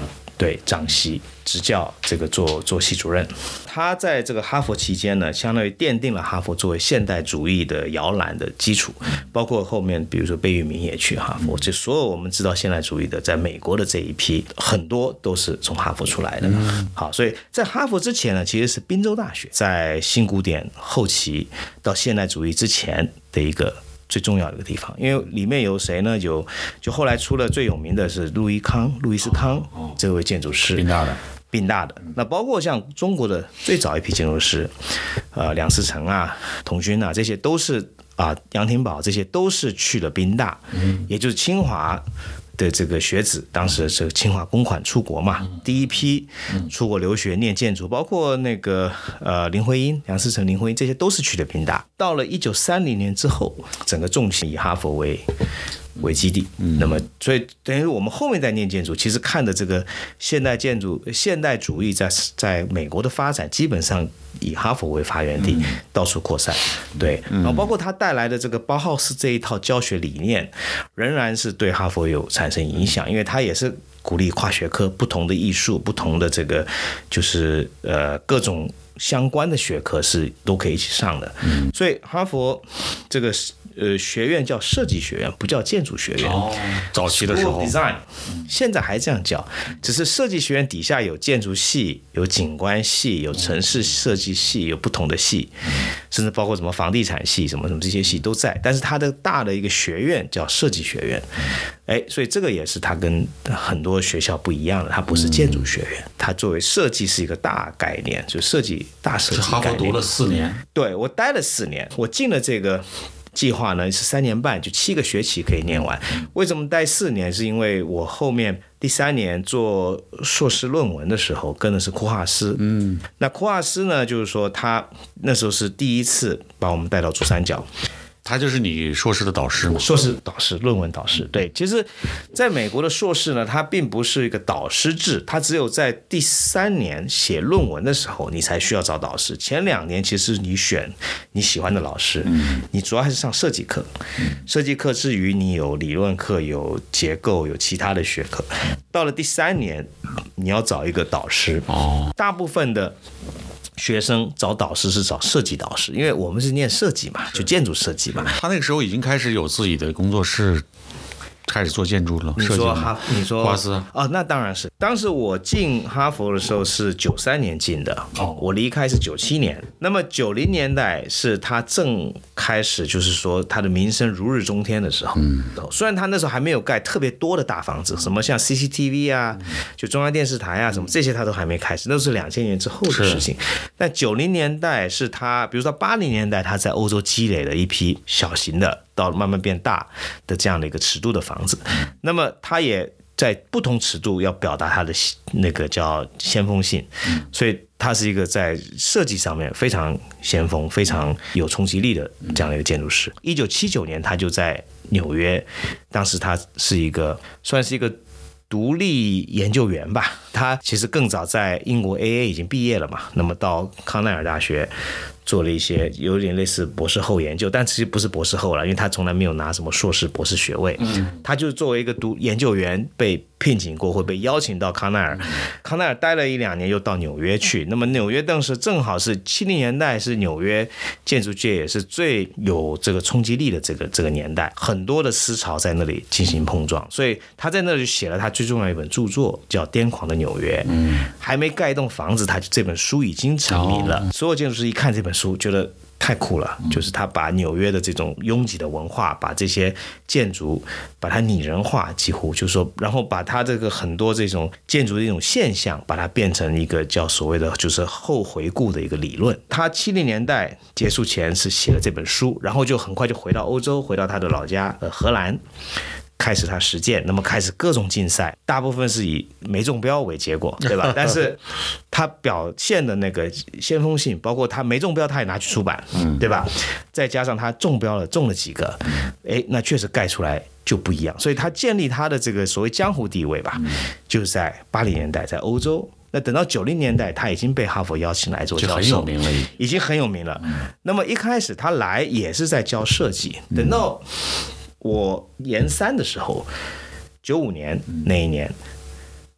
对，长系执教这个做系主任。他在这个哈佛期间呢，相当于奠定了哈佛作为现代主义的摇篮的基础，包括后面比如说贝聿铭也去哈佛，就所有我们知道现代主义的在美国的这一批很多都是从哈佛出来的。好，所以在哈佛之前呢，其实是宾州大学，在新古典后期到现代主义之前的一个最重要的一个地方，因为里面有谁呢？就后来出了最有名的是路易斯康这位建筑师，宾大的。那包括像中国的最早一批建筑师，梁思成啊、童军啊，这些都是杨廷宝，这些都是去了宾大，也就是清华的这个学子，当时这个清华公款出国嘛，第一批出国留学念建筑，包括那个林徽因、梁思成、林徽因，这些都是去的宾大。到了1930年之后，整个重心以哈佛为基地，那么所以等于我们后面在念建筑，其实看的这个现代建筑、现代主义在美国的发展，基本上以哈佛为发源地，到处扩散。对，然后包括他带来的这个包浩斯这一套教学理念，仍然是对哈佛有产生影响，因为他也是鼓励跨学科、不同的艺术、不同的这个就是各种相关的学科是都可以一起上的。所以哈佛这个学院叫设计学院，不叫建筑学院。 早期的时候 Design， 现在还这样叫，只是设计学院底下有建筑系、有景观系、有城市设计系，有不同的系，甚至包括什么房地产系、什么这些系都在。但是它的大的一个学院叫设计学院，所以这个也是它跟很多学校不一样的，它不是建筑学院，它作为设计是一个大概念，就设计大设计概念。 哈佛读了4年， 对，我待了4年，我进了这个计划呢是3年半，就7个学期可以念完。为什么待4年？是因为我后面第3年做硕士论文的时候跟的是库哈斯。那库哈斯呢，就是说他那时候是第一次把我们带到珠三角。 他就是你硕士的导师吗？ 硕士导师、论文导师。对，其实在美国的硕士呢，它并不是一个导师制，它只有在第3年写论文的时候，你才需要找导师。前2年其实你选你喜欢的老师，你主要还是上设计课。设计课之余，你有理论课、有结构、有其他的学科。到了第3年，你要找一个导师。大部分的学生找导师是找设计导师，因为我们是念设计嘛，就建筑设计嘛。 他那个时候已经开始有自己的工作室，开始做建筑了。 你说华斯那当然是。当时我进哈佛的时候是93年进的，我离开是97年。那么90年代是他正开始，就是说他的名声如日中天的时候。虽然他那时候还没有盖特别多的大房子，什么像 CCTV 啊，就中央电视台啊，什么这些他都还没开始，那是2000年之后的事情。但90年代是他，比如说80年代他在欧洲积累了一批小型的，到慢慢变大的这样的一个尺度的房子。那么他也在不同尺度要表达他的那个叫先锋性，所以他是一个在设计上面非常先锋、非常有冲击力的这样的一个建筑师。1979年他就在纽约，当时他是算是一个独立研究员吧。他其实更早在英国 AA 已经毕业了嘛，那么到康奈尔大学做了一些有点类似博士后研究，但其实不是博士后了，因为他从来没有拿什么硕士、博士学位。他就是作为一个研究员被聘请过，会被邀请到康奈尔。康奈尔待了1-2年，又到纽约去。那么纽约当时正好是70年代，是纽约建筑界也是最有这个冲击力的这个年代，很多的思潮在那里进行碰撞，所以他在那里写了他最重要的一本著作，叫《癫狂的纽约》。还没盖一栋房子，这本书已经成名了。所有建筑师一看这本书，觉得太酷了，就是他把纽约的这种拥挤的文化，把这些建筑把它拟人化，几乎就是说，然后把它这个很多这种建筑的一种现象，把它变成一个叫所谓的就是后回顾的一个理论。他70年代结束前是写了这本书，然后就很快就回到欧洲，回到他的老家荷兰，开始他实践，那么开始各种竞赛，大部分是以没中标为结果，对吧？但是他表现的那个先锋性，包括他没中标他也拿去出版，对吧？再加上他中标了，中了几个，那确实盖出来就不一样。所以他建立他的这个所谓江湖地位吧，就是在80年代在欧洲。那等到90年代，他已经被哈佛邀请来做教授， 就很有名了， 已经很有名了。那么一开始他来也是在教设计，等到我研3的时候，95年那一年，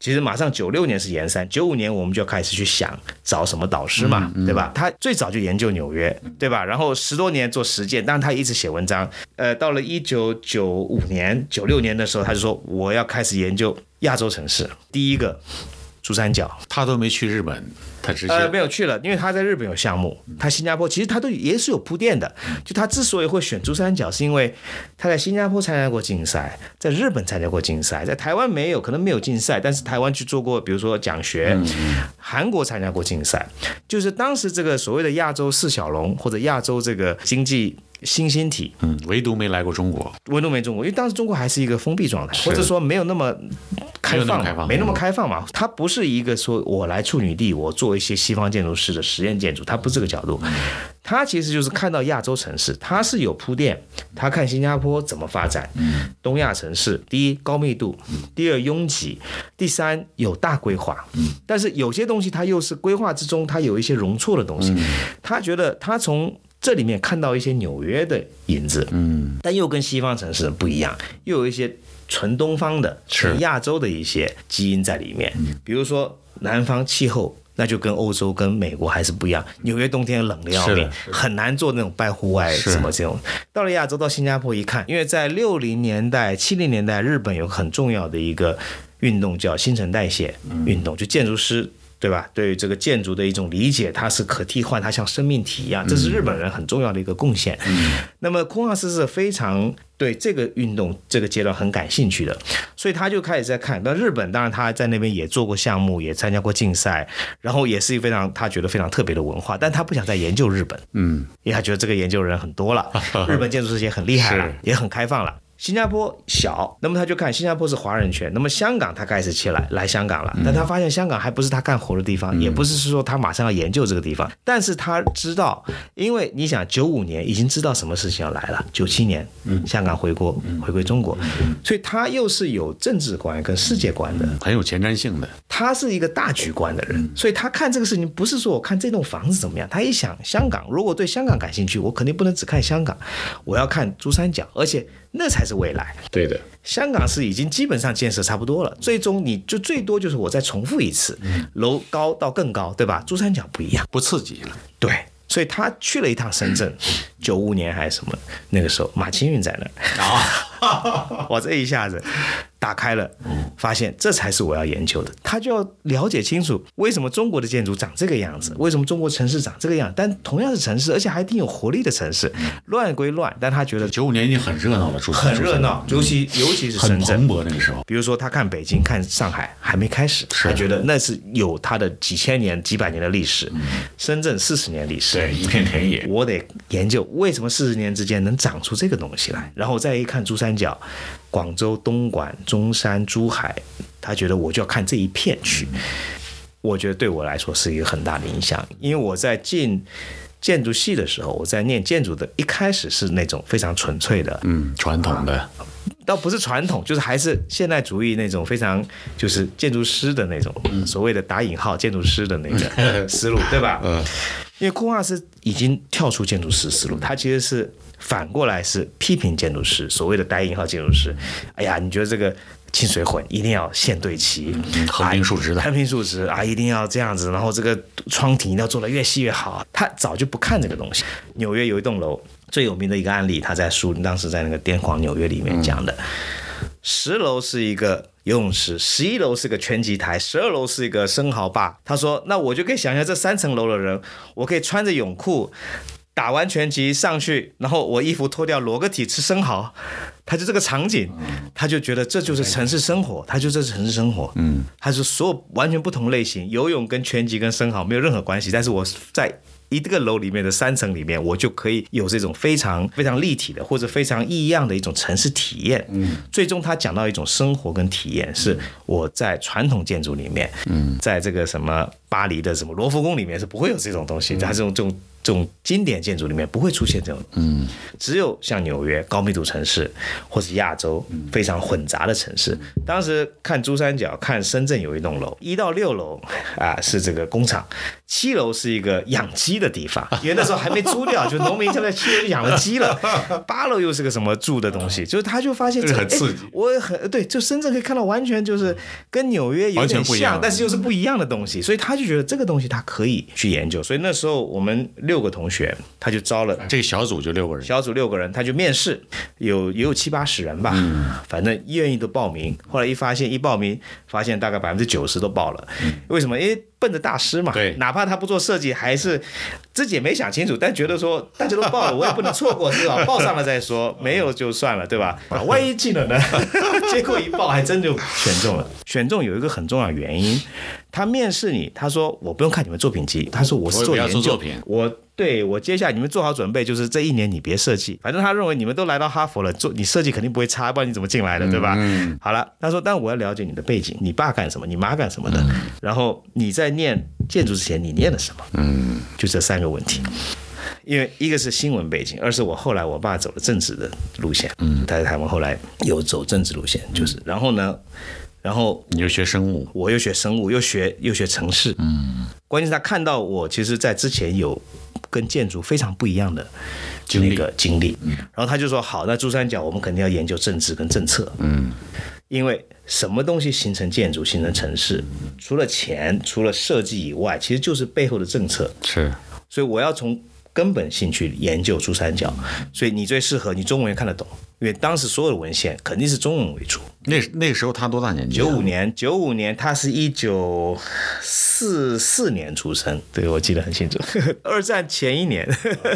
其实马上96年是研三，95年我们就要开始去想找什么导师嘛，对吧？他最早就研究纽约，对吧？然后10多年做实践，当然他一直写文章。到了1995年、96年的时候，他就说我要开始研究亚洲城市。第一个珠三角， 他都没去日本，他直接没有去了，因为他在日本有项目，他新加坡其实他都也是有铺垫的。就他之所以会选珠三角，是因为他在新加坡参加过竞赛，在日本参加过竞赛，在台湾没有，可能没有竞赛，但是台湾去做过，比如说讲学，韩国参加过竞赛，就是当时这个所谓的亚洲四小龙或者亚洲这个经济新兴体， 唯独没来过中国， 唯独没中国，因为当时中国还是一个封闭状态，或者说没有那么开放，没那么开放嘛。它不是一个说我来处女地，我做一些西方建筑师的实验建筑，它不是这个角度。它其实就是看到亚洲城市，它是有铺垫，它看新加坡怎么发展，东亚城市，第一高密度，第二拥挤，第三有大规划，但是有些东西它又是规划之中它有一些容错的东西，他觉得他从这里面看到一些纽约的影子，但又跟西方城市不一样，又有一些纯东方的、纯亚洲的一些基因在里面。比如说南方气候，那就跟欧洲、跟美国还是不一样。纽约冬天冷得要命，很难做那种半户外什么这种。到了亚洲，到新加坡一看，因为在60年代、70年代，日本有很重要的一个运动叫新陈代谢运动，就建筑师。对吧？对于这个建筑的一种理解，它是可替换，它像生命体一样，这是日本人很重要的一个贡献。那么库哈斯是非常对这个运动这个阶段很感兴趣的，所以他就开始在看。那日本当然他在那边也做过项目，也参加过竞赛，然后也是非常他觉得非常特别的文化，但他不想再研究日本，因为他觉得这个研究人很多了，日本建筑师也很厉害了，也很开放了。新加坡小，那么他就看新加坡是华人圈，那么香港他开始来香港了，但他发现香港还不是他干活的地方，也不是说他马上要研究这个地方，但是他知道，因为你想95年已经知道什么事情要来了，97年香港回归中国，所以他又是有政治观跟世界观的， 很有前瞻性的， 他是一个大局观的人，所以他看这个事情不是说我看这栋房子怎么样，他一想香港，如果对香港感兴趣，我肯定不能只看香港，我要看珠三角，而且那才是未来。 对的， 香港是已经基本上建设差不多了，最终你就最多就是我再重复一次，楼高到更高，对吧？珠三角不一样， 不刺激了。 对，所以他去了一趟深圳，95年还是什么，那个时候马清运在那儿，我这一下子打开了，发现这才是我要研究的。他就要了解清楚为什么中国的建筑长这个样子，为什么中国城市长这个样子，但同样是城市，而且还挺有活力的城市，乱归乱，但他觉得 95年已经很热闹了， 很热闹，尤其是深圳很蓬勃那个时候。 比如说他看北京、看上海还没开始，他觉得那是有他的几千年、几百年的历史。深圳40年历史， 对，一片田野， 我得研究为什么40年之间能长出这个东西来，然后再一看珠三角、广州、东莞、中山、珠海，他觉得我就要看这一片区。我觉得对我来说是一个很大的影响，因为我在进建筑系的时候，我在念建筑的一开始是那种非常纯粹的， 传统的， 倒不是传统，就是还是现代主义那种非常就是建筑师的那种，所谓的打引号建筑师的那个思路，对吧？因为库哈斯已经跳出建筑师思路，他其实是反过来是批评建筑师，所谓的打引号建筑师。哎呀，你觉得这个清水混一定要线对齐， 横平竖直的， 横平竖直啊，一定要这样子，然后这个窗体一定要做得越细越好。他早就不看这个东西。纽约有一栋楼最有名的一个案例，他在书当时在那个《癫狂纽约》里面讲的，10楼是一个游泳池，11楼是个拳击台，12楼是一个生蚝吧。他说，那我就可以想象这3层楼的人，我可以穿着泳裤打完拳击上去，然后我衣服脱掉裸个体吃生蚝，他就这个场景，他就觉得这就是城市生活，他就这是城市生活，他是所有完全不同类型，游泳跟拳击跟生蚝没有任何关系，但是我在一个楼里面的3层里面，我就可以有这种非常非常立体的或者非常异样的一种城市体验。最终他讲到一种生活跟体验，是我在传统建筑里面，在这个什么巴黎的什么罗浮宫里面是不会有这种东西，它这种经典建筑里面不会出现这种，只有像纽约高密度城市或是亚洲非常混杂的城市。当时看珠三角、看深圳有一栋楼，1到6楼是这个工厂，7楼是一个养鸡的地方，因为那时候还没租掉，就农民现在7楼就养了鸡了，8楼又是个什么住的东西，就是他就发现这很刺激。 我对，就深圳可以看到完全就是跟纽约有点像，但是又是不一样的东西，所以他就觉得这个东西他可以去研究。所以那时候我们6个同学，他就招了这个小组就6个人， 小组6个人，他就面试，也有70、80人吧，反正愿意都报名。后来一报名，发现大概90%都报了。为什么？因为奔着大师嘛，哪怕他不做设计，还是自己也没想清楚，但觉得说大家都报了，我也不能错过，对吧？报上了再说，没有就算了，对吧？万一进了呢？结果一报还真就选中了。选中有一个很重要的原因，他面试你，他说我不用看你们作品集，他说我是做研究，我接下来你们做好准备，就是这1年你别设计，反正他认为你们都来到哈佛了，你设计肯定不会差，不然你怎么进来的，对吧？好了，他说，但我要了解你的背景，你爸干什么，你妈干什么的，然后你在念建筑之前你念了什么，就这3个问题。因为一个是新闻背景，二是我后来我爸走了政治的路线，他在台湾后来有走政治路线，就是然后你又学生物，我又学生物，又学程式，关键是他看到我其实在之前有跟建筑非常不一样的那个经历，然后他就说好，那珠三角我们肯定要研究政治跟政策，因为什么东西形成建筑形成城市，除了钱除了设计以外，其实就是背后的政策， 是， 所以我要从根本性去研究珠三角，所以你最适合，你中文也看得懂，因为当时所有的文献肯定是中文为主。 那个时候他多大年纪 ？95年，他是1944年出生，对，我记得很清楚。2战前1年，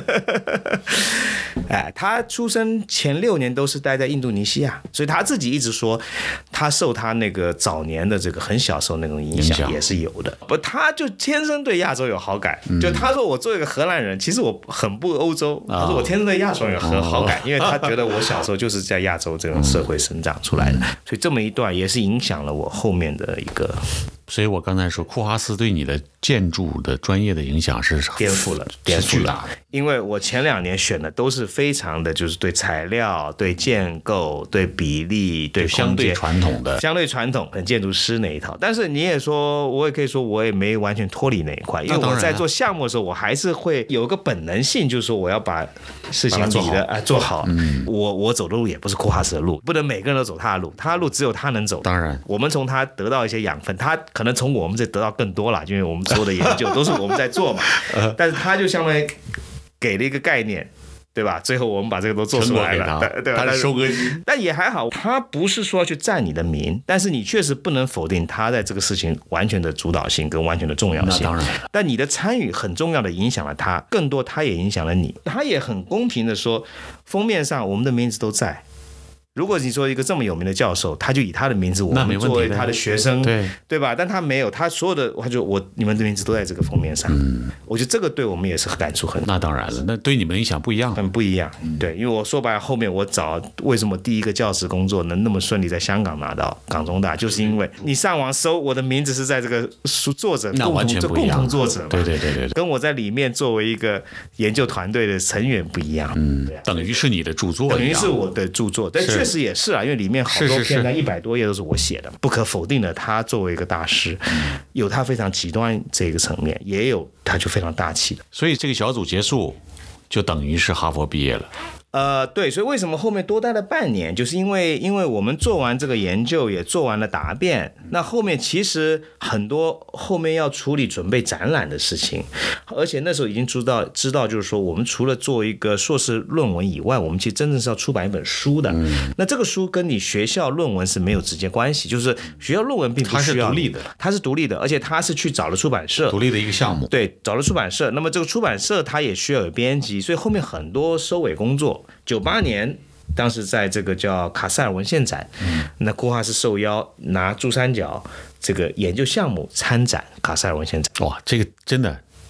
他出生前6年都是待在印度尼西亚，所以他自己一直说，他受他那个早年的这个很小时候那种影响也是有的。不，他就天生对亚洲有好感，就他说我作为一个荷兰人，其实我很不欧洲，他说我天生对亚洲人有很好感，因为他觉得我小时候就是在亚洲这种社会生长出来的。所以这么一段也是影响了我后面的一个。 所以我刚才说库哈斯对你的建筑的专业的影响是颠覆了， 巨大的。 因为我前2年选的都是非常的，就是对材料、对建构、对比例、对相对传统的、 相对传统，跟建筑师那一套。但是你也说，我也可以说，我也没完全脱离那一块，因为我在做项目的时候，我还是会有一个本能性，就是说我要把事情做好。我走的路也不是库哈斯的路，不能每个人都走他的路，他的路只有他能走。 当然， 我们从他得到一些养分，他可能从我们这得到更多了，因为我们所有的研究都是我们在做嘛。但是他就相当于给了一个概念，对吧？最后我们把这个都做出来了，对吧？ 他是收割机， 但也还好，他不是说要去占你的名，但是你确实不能否定他在这个事情完全的主导性跟完全的重要性。 那当然， 但你的参与很重要的影响了他，更多他也影响了你。他也很公平的说，封面上我们的名字都在。如果你说一个这么有名的教授，他就以他的名字，我们作为他的学生，对吧？但他没有，他所有的，他就你们的名字都在这个封面上。我觉得这个对我们也是感触很大。 那当然了，那对你们影响不一样， 很不一样。对，因为我说白了，后面我为什么第一个教职工作能那么顺利在香港拿到港中大，就是因为你上网搜我的名字是在这个书作者， 那完全不一样， 共同作者嘛。 对， 跟我在里面作为一个研究团队的成员不一样。 等于是你的著作， 等于是我的著作，但确实也是啊，因为里面好多篇章100多页都是我写的，不可否定的，他作为一个大师，有他非常极端这个层面，也有他就非常大气的。 所以这个小组结束，就等于是哈佛毕业了。 对，所以为什么后面多待了半年，就是因为我们做完这个研究，也做完了答辩，那后面其实很多后面要处理准备展览的事情，而且那时候已经知道就是说，我们除了做一个硕士论文以外，我们其实真正是要出版一本书的。那这个书跟你学校论文是没有直接关系，就是学校论文并不需要，它是独立的，而且它是去找了出版社， 独立的一个项目。 对，找了出版社，那么这个出版社它也需要有编辑，所以后面很多收尾工作。98年，当时在这个叫卡塞尔文献展，那库哈斯受邀拿珠三角这个研究项目参展卡塞尔文献展。 哇，这个真的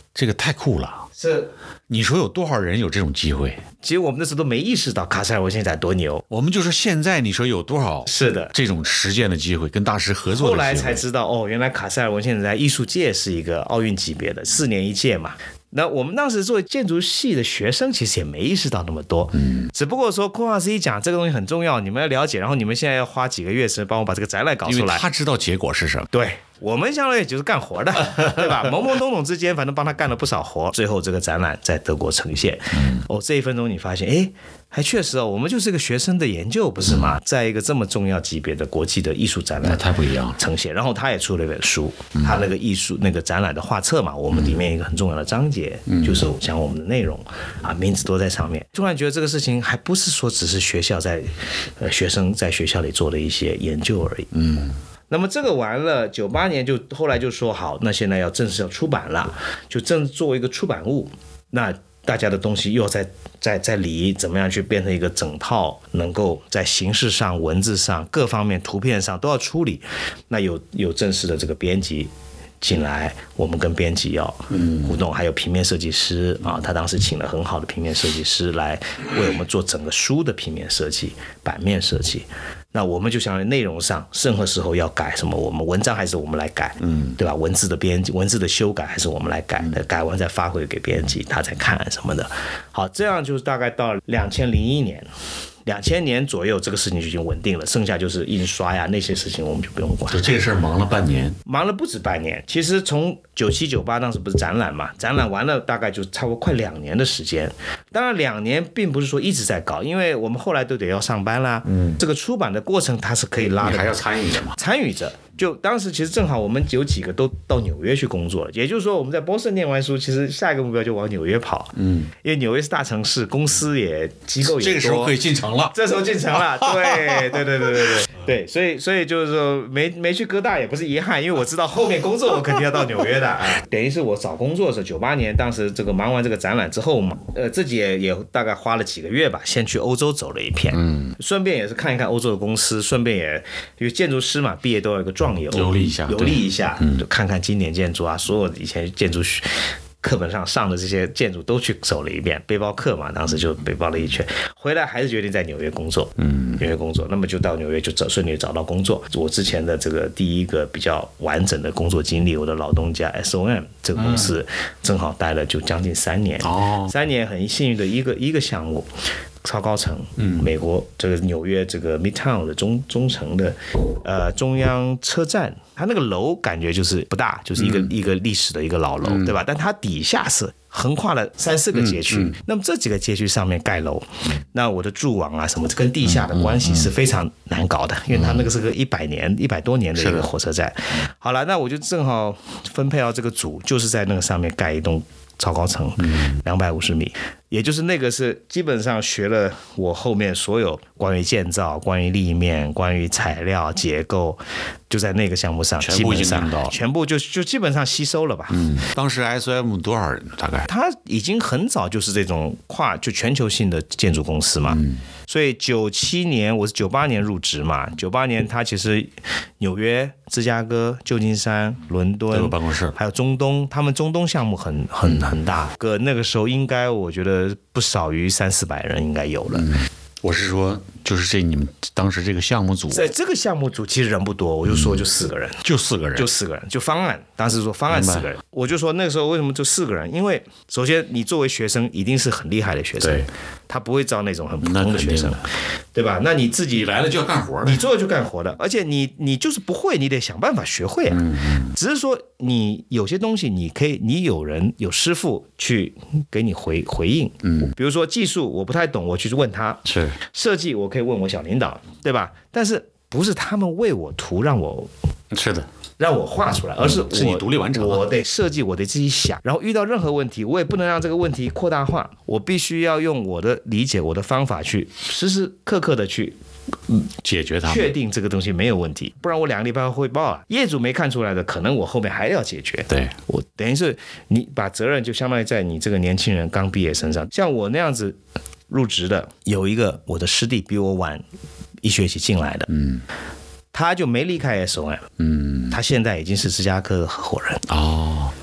这个太酷了。 是， 你说有多少人有这种机会？ 其实我们那时候都没意识到卡塞尔文献展多牛。 我们就说现在你说有多少是的这种实践的机会，跟大师合作的机会。 后来才知道哦，原来卡塞尔文献展在艺术界是一个奥运级别的，4年一届嘛。那我们当时作为建筑系的学生，其实也没意识到那么多，只不过说库老师一讲这个东西很重要，你们要了解，然后你们现在要花几个月时间帮我把这个展览搞出来， 因为他知道结果是什么。 对，我们相当于就是干活的，对吧？懵懵懂懂之间，反正帮他干了不少活，最后这个展览在德国呈现。这1分钟你发现，哎，还确实我们就是个学生的研究，不是吗？在一个这么重要级别的国际的艺术展览， 那太不一样了。 呈现，然后他也出了一本书，他那个艺术那个展览的画册嘛，我们里面一个很重要的章节，就是讲我们的内容啊，名字都在上面。突然觉得这个事情还不是说只是学校在学生在学校里做的一些研究而已。那么这个完了，98年就后来就说好，那现在要正式要出版了，就正作为一个出版物，那大家的东西又在理怎么样去变成一个整套，能够在形式上、文字上各方面、图片上都要处理。那有正式的这个编辑进来，我们跟编辑要互动，还有平面设计师啊，他当时请了很好的平面设计师来为我们做整个书的平面设计、版面设计。那我们就想内容上，任何时候要改什么，我们文章还是我们来改，对吧？文字的编辑、文字的修改还是我们来改，改完再发回给编辑，他再看什么的。好，这样就是大概到2001年。2000年左右，这个事情就已经稳定了，剩下就是印刷呀那些事情我们就不用管。 就这个事儿忙了半年， 忙了不止半年。其实从97、98当时不是展览嘛，展览完了大概就差不多快2年的时间。当然2年并不是说一直在搞，因为我们后来都得要上班啦。这个出版的过程它是可以拉的， 你还要参与的嘛？ 参与着。就当时其实正好我们有几个都到纽约去工作了，也就是说我们在波士顿念完书，其实下一个目标就往纽约跑。因为纽约是大城市，公司也机构也多， 这个时候可以进城了。 这时候进城了，对，所以就是说没去哥大也不是遗憾，因为我知道后面工作我肯定要到纽约的啊。等于是我找工作的时候，98年当时这个忙完这个展览之后嘛，自己也大概花了几个月吧，先去欧洲走了一遍，顺便也是看一看欧洲的公司，顺便也因为建筑师嘛，毕业都有一个壮游，游历一下，就看看经典建筑啊，所有以前建筑课本上上的这些建筑都去走了一遍，背包客嘛，当时就背包了一圈，回来还是决定在纽约工作，纽约工作，那么就到纽约就顺利找到工作。我之前的这个第一个比较完整的工作经历，我的老东家 SOM 这个公司正好待了就将近3年，3年很幸运的一个项目。超高层，美国这个纽约这个 Midtown 的中层的中央车站，它那个楼感觉就是不大，就是一个历史的一个老楼，对吧？但它底下是横跨了3、4个街区，那么这几个街区上面盖楼，那我的住网啊什么，跟地下的关系是非常难搞的，因为它那个是个100多年的一个火车站。好了，那我就正好分配到这个组，就是在那个上面盖一栋超高层，250米，也就是那个是基本上学了我后面所有关于建造、关于立面、关于材料结构，就在那个项目上全部已经用到了， 全部就基本上吸收了吧。 当时 SOM 多少人大概？ 他已经很早就是这种就全球性的建筑公司嘛。所以97年我是98年入职嘛，98年他其实纽约、芝加哥、旧金山、伦敦都有办公室， 还有中东，他们中东项目很大，那个时候应该我觉得不少于300-400人应该有了。 我是说，就是你们当时这个项目组， 在这个项目组其实人不多，我就说就4个人， 就4个人， 就方案，当时说方案4个人，我就说那个时候为什么就4个人？因为首先你作为学生一定是很厉害的学生，他不会招那种很普通的学生，对吧？那你自己来了就要干活的， 你做了就干活的，而且你就是不会，你得想办法学会啊。只是说你有些东西你有人有师傅去给你回应，比如说技术我不太懂，我去问他， 是设计我可以问我小领导，对吧？但是不是他们为我图让我画出来，而是你独立完成， 我得设计，我得自己想，然后遇到任何问题，我也不能让这个问题扩大化，我必须要用我的理解、我的方法去时时刻刻的去解决它， 确定这个东西没有问题，不然我2个礼拜后汇报啊，业主没看出来的，可能我后面还要解决。 对， 我等于是你把责任就相当于在你这个年轻人刚毕业身上，像我那样子入职的，有一个我的师弟比我晚1学期进来的，他就没离开 SOM，他现在已经是芝加哥的合伙人。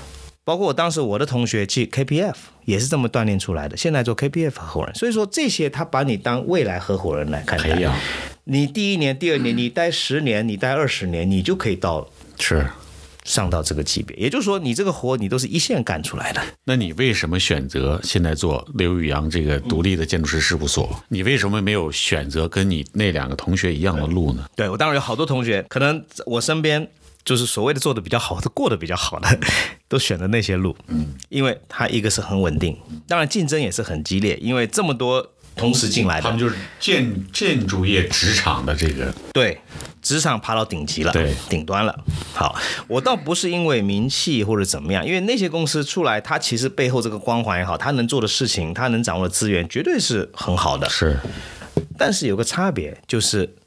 包括我当时我的同学去 KPF 也是这么锻炼出来的，现在做 KPF 合伙人。所以说这些他把你当未来合伙人来看待， 培养你第1年、第2年，你待10年，你待20年，你就可以上到这个级别。也就是说，你这个活你都是一线干出来的。 那你为什么选择现在做刘宇扬这个独立的建筑师事务所？你为什么没有选择跟你那2个同学一样的路呢？ 对，我当然有好多同学，可能我身边就是所谓的做的比较好的、过得比较好的，都选择那些路。因为它一个是很稳定，当然竞争也是很激烈，因为这么多同时进来的， 他们就是建筑业职场的这个， 对，职场爬到顶级了， 对， 顶端了。好，我倒不是因为名气或者怎么样，因为那些公司出来，它其实背后这个光环也好，它能做的事情，它能掌握的资源，绝对是很好的。 是， 但是有个差别，就是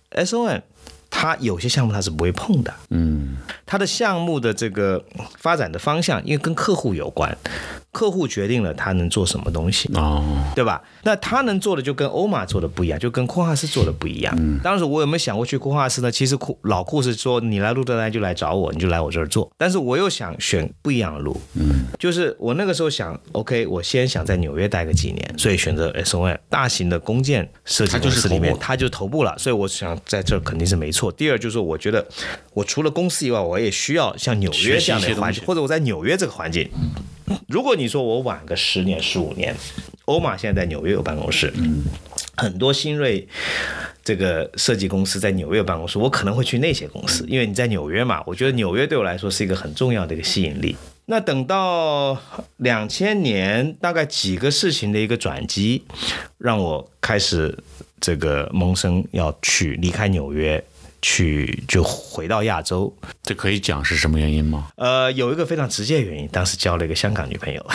SOM 它有些项目它是不会碰的。它的项目的这个发展的方向，因为跟客户有关，客户决定了他能做什么东西，对吧？那他能做的就跟欧玛做的不一样，就跟库哈斯做的不一样。当时我有没有想过去库哈斯呢？其实老库是说你来鹿特丹就来找我，你就来我这儿做。但是我又想选不一样的路，就是我那个时候想 ，OK， 我先想在纽约待个几年，所以选择 SOM 大型的弓箭设计公司里面，它就头部了，所以我想在这儿肯定是没错。第二就是我觉得我除了公司以外，我也需要像纽约这样的环境，或者我在纽约这个环境。如果你说我晚个10年、15年，欧玛现在在纽约有办公室，很多新锐这个设计公司在纽约有办公室，我可能会去那些公司，因为你在纽约嘛，我觉得纽约对我来说是一个很重要的一个吸引力。那等到2000年，大概几个事情的一个转机，让我开始这个萌生要去离开纽约。就回到亚洲， 这可以讲是什么原因吗？ 有一个非常直接的原因，当时交了一个香港女朋友，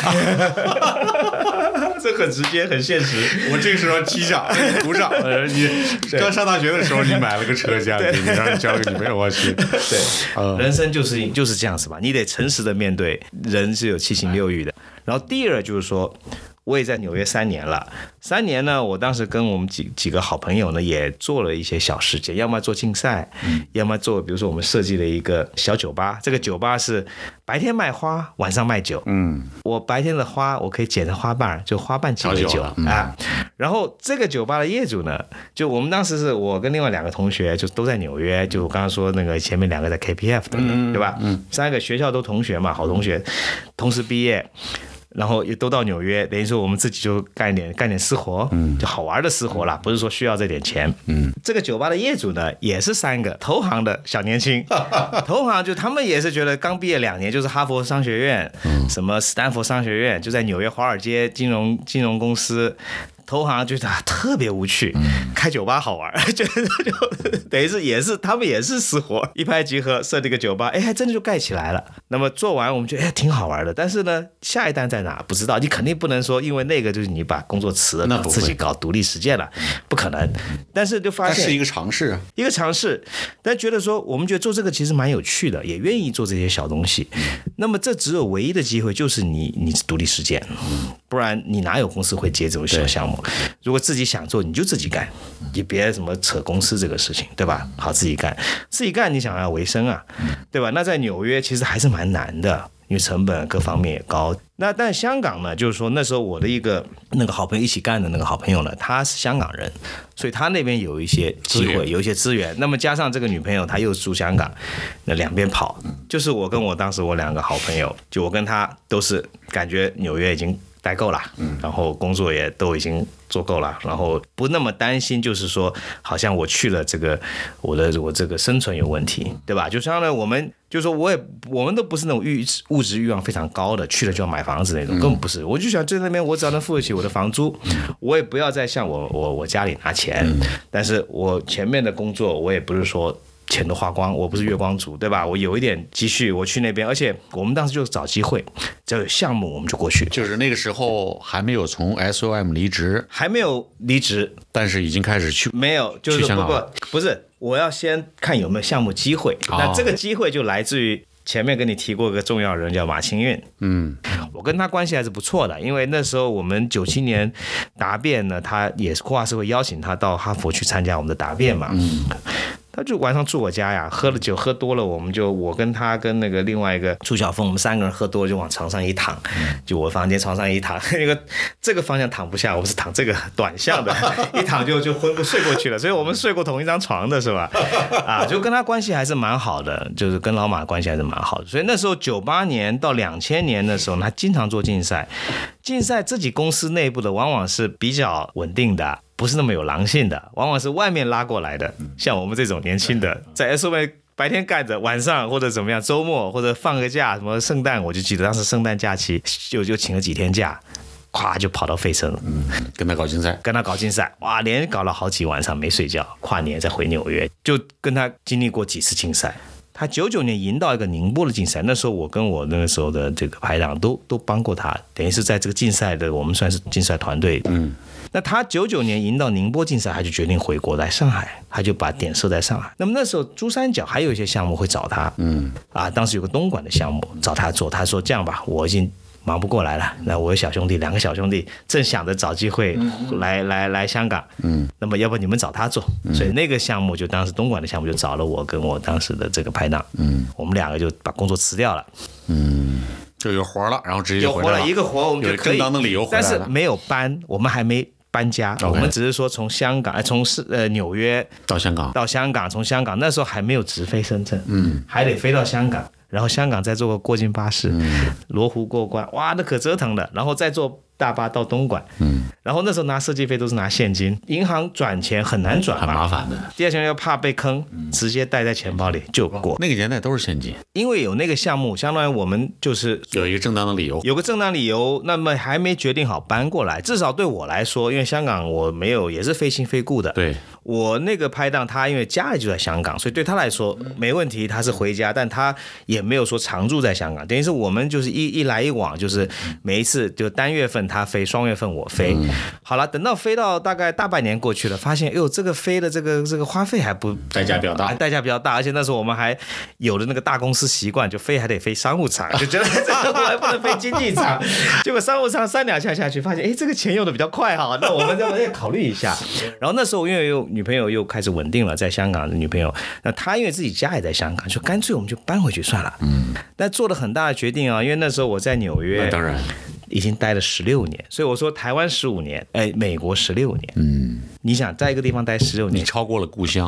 这很直接，很现实。 我这个时候击掌，鼓掌。你刚上大学的时候，你买了个车架，你让人交了个女朋友，我去。 对，人生就是这样子吧，你得诚实的面对，人是有7情6欲的。然后第二就是说。我也在纽约3年了，3年呢，我当时跟我们几个好朋友呢，也做了一些小事件，要么做竞赛，要么做，比如说我们设计了一个小酒吧，这个酒吧是白天卖花，晚上卖酒。我白天的花我可以剪成花瓣，就花瓣鸡尾酒啊。然后这个酒吧的业主呢，就我们当时是我跟另外2个同学，就都在纽约，就我刚刚说那个前面2个在 KPF 的，对吧？3个学校都同学嘛，好同学，同时毕业。然后也都到纽约，等于说我们自己就干点私活，就好玩的私活啦，不是说需要这点钱。这个酒吧的业主呢，也是3个投行的小年轻，投行就他们也是觉得刚毕业2年，就是哈佛商学院，什么斯坦福商学院，就在纽约华尔街金融公司。投行觉得特别无趣，开酒吧好玩，就等于是他们也是私活，一拍即合设这个酒吧，还真的就盖起来了。那么做完我们觉得挺好玩的，但是呢，下一单在哪不知道，你肯定不能说因为那个就是你把工作辞了，自己搞独立实践了，不可能。但是就发现它是一个尝试啊， 一个尝试，但觉得说我们觉得做这个其实蛮有趣的，也愿意做这些小东西。那么这只有唯一的机会就是你独立实践，不然你哪有公司会接这种小项目？如果自己想做，你就自己干，你别什么扯公司这个事情，对吧？好，自己干，你想要维生啊，对吧？那在纽约其实还是蛮难的，因为成本各方面也高。那但香港呢，就是说那时候我的那个好朋友一起干的那个好朋友呢，他是香港人，所以他那边有一些机会，有一些资源。那么加上这个女朋友，她又住香港，那两边跑，就是我跟我当时我2个好朋友，就我跟他都是感觉纽约已经待够了，然后工作也都已经做够了，然后不那么担心，就是说好像我去了这个我这个生存有问题，对吧？就相当于我们就说我们都不是那种物质欲望非常高的，去了就要买房子那种，根本不是。我就想在那边我只要能付得起我的房租，我也不要再向我家里拿钱，但是我前面的工作我也不是说钱都花光，我不是月光族，对吧？我有一点积蓄，我去那边，而且我们当时就找机会，只要有项目我们就过去。 就是那个时候还没有从 SOM 离职， 还没有离职， 但是已经开始去， 没有，就是不是，我要先看有没有项目机会。那这个机会就来自于前面跟你提过一个重要人叫马清运，我跟他关系还是不错的，因为那时候我们97年答辩呢，他也是库哈斯会邀请他到哈佛去参加我们的答辩嘛。 他就晚上住我家呀，喝了酒喝多了，我跟他跟那个另外一个朱晓峰，我们3个人喝多了就往床上一躺，就我房间床上一躺，这个方向躺不下，我们是躺这个短向的，一躺就昏过睡过去了，所以我们睡过同一张床的是吧？啊，就跟他关系还是蛮好的，就是跟老马关系还是蛮好的，所以那时候98年到2000年的时候，他经常做竞赛自己公司内部的往往是比较稳定的，不是那么有狼性的，往往是外面拉过来的，像我们这种年轻的，在 SOV 白天干着，晚上或者怎么样，周末或者放个假，什么圣诞，我就记得当时圣诞假期就请了几天假，咵就跑到费城， 跟他搞竞赛， 哇，连搞了好几晚上没睡觉，跨年再回纽约，就跟他经历过几次竞赛。他99年赢到一个宁波的竞赛，那时候我跟我那个时候的这个排长都帮过他，等于是在这个竞赛的我们算是竞赛团队。那他99年赢到宁波竞赛，他就决定回国来上海，他就把点设在上海。那么那时候珠三角还有一些项目会找他，当时有个东莞的项目找他做，他说这样吧，我已经忙不过来了，那我有小兄弟2个小兄弟正想着找机会来香港，那么要不你们找他做，所以那个项目就当时东莞的项目就找了我跟我当时的这个拍档，我们2个就把工作辞掉了， 就有活了，然后直接就回来了， 有活了，一个活我们就可以， 有正当的理由回来了， 但是没有搬，我们还没搬家，我们只是说从香港从纽约到香港， 从香港那时候还没有直飞深圳，还得飞到香港，然后香港再坐个过境巴士，罗湖过关，哇，那可折腾的，然后再坐大巴到东莞，然后那时候拿设计费都是拿现金，银行转钱很难转， 很麻烦的。 第二天又怕被坑，直接带在钱包里就过。 那个年代都是现金， 因为有那个项目，相当于我们就是有一个正当的理由， 有个正当理由，那么还没决定好搬过来。至少对我来说，因为香港我没有也是非亲非故的， 对。 我那个拍档他因为家里就在香港，所以对他来说没问题，他是回家，但他也没有说常住在香港，等于是我们就是一来一往，就是每一次就单月份他飞，双月份我飞，好了，等到飞到大概大半年过去了，发现这个飞的这个花费还不代价比较大， 而且那时候我们还有了那个大公司习惯，就飞还得飞商务舱，就觉得我还不能飞经济舱，结果商务舱3两下下去，发现这个钱用的比较快哈，那我们要考虑一下。然后那时候因为女朋友又开始稳定了，在香港的女朋友，那她因为自己家也在香港，就干脆我们就搬回去算了。但做了很大的决定啊，因为那时候我在纽约， 当然已经待了16年，所以我说台湾15年，美国16年。你想在一个地方待16年， 你超过了故乡。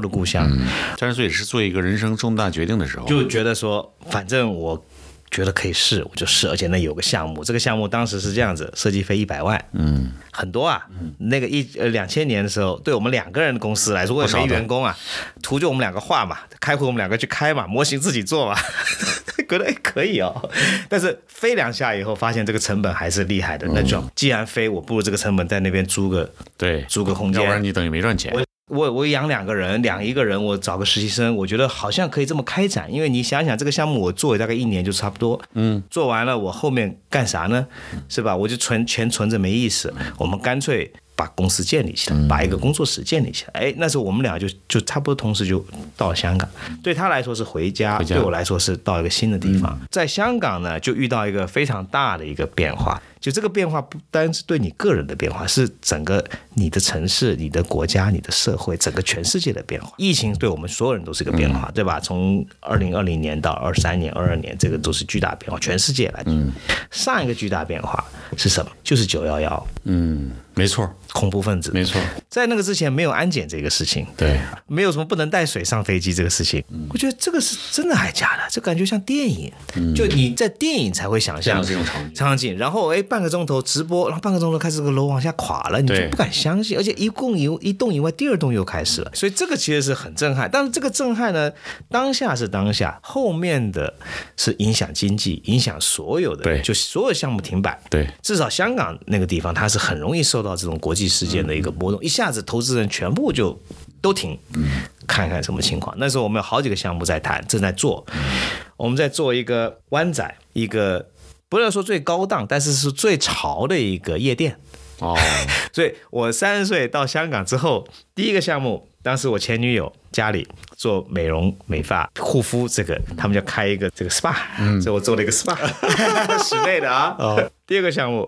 30 岁也是做一个人生重大决定的时候， 就觉得说，反正我觉得可以试，我就试，而且那有个项目，这个项目当时是这样子，设计费100万，很多啊。那个2000年的时候，对我们2个人的公司来说，我也没员工啊，图就我们2个画嘛，开会我们2个去开嘛，模型自己做嘛，觉得可以哦。但是飞2下以后，发现这个成本还是厉害的，那就既然飞，我不如这个成本在那边租个空间， 要不然你等于没赚钱。 我养2个人，一个人我找个实习生，我觉得好像可以这么开展，因为你想想这个项目我做大概1年就差不多，做完了我后面干啥呢？是吧？我就钱存着没意思，我们干脆把公司建立起来，把一个工作室建立起来。那时候我们俩就差不多同时就到了香港，对他来说是回家，对我来说是到一个新的地方。在香港呢，就遇到一个非常大的一个变化。就这个变化不单是对你个人的变化，是整个你的城市、你的国家、你的社会，整个全世界的变化。疫情对我们所有人都是一个变化，对吧？从2020年到23年、22年，这个都是巨大变化，全世界来说。上一个巨大变化是什么？就是911。 没错， 恐怖分子。 没错， 在那个之前没有安检这个事情， 对， 没有什么不能带水上飞机这个事情。我觉得这个是真的还假的？这感觉像电影，就你在电影才会想象这种场景，然后半个钟头直播，然后半个钟头开始这个楼往下垮了，你就不敢相信，而且一栋以外，第2栋又开始了，所以这个其实是很震撼。但是这个震撼呢，当下是当下，后面的是影响经济，影响所有的， 对， 就所有项目停摆。 对， 至少香港那个地方，它是很容易受到这种国际事件的一个波动，一下子投资人全部就都停，看看什么情况。那时候我们有好几个项目在谈，正在做，我们在做一个湾仔，一个不能说最高档，但是是最潮的一个夜店。所以我30岁到香港之后，第一个项目，当时我前女友家里做美容美发护肤，这个他们就开一个这个 SPA，所以我做了一个 SPA 室内的啊。第2个项目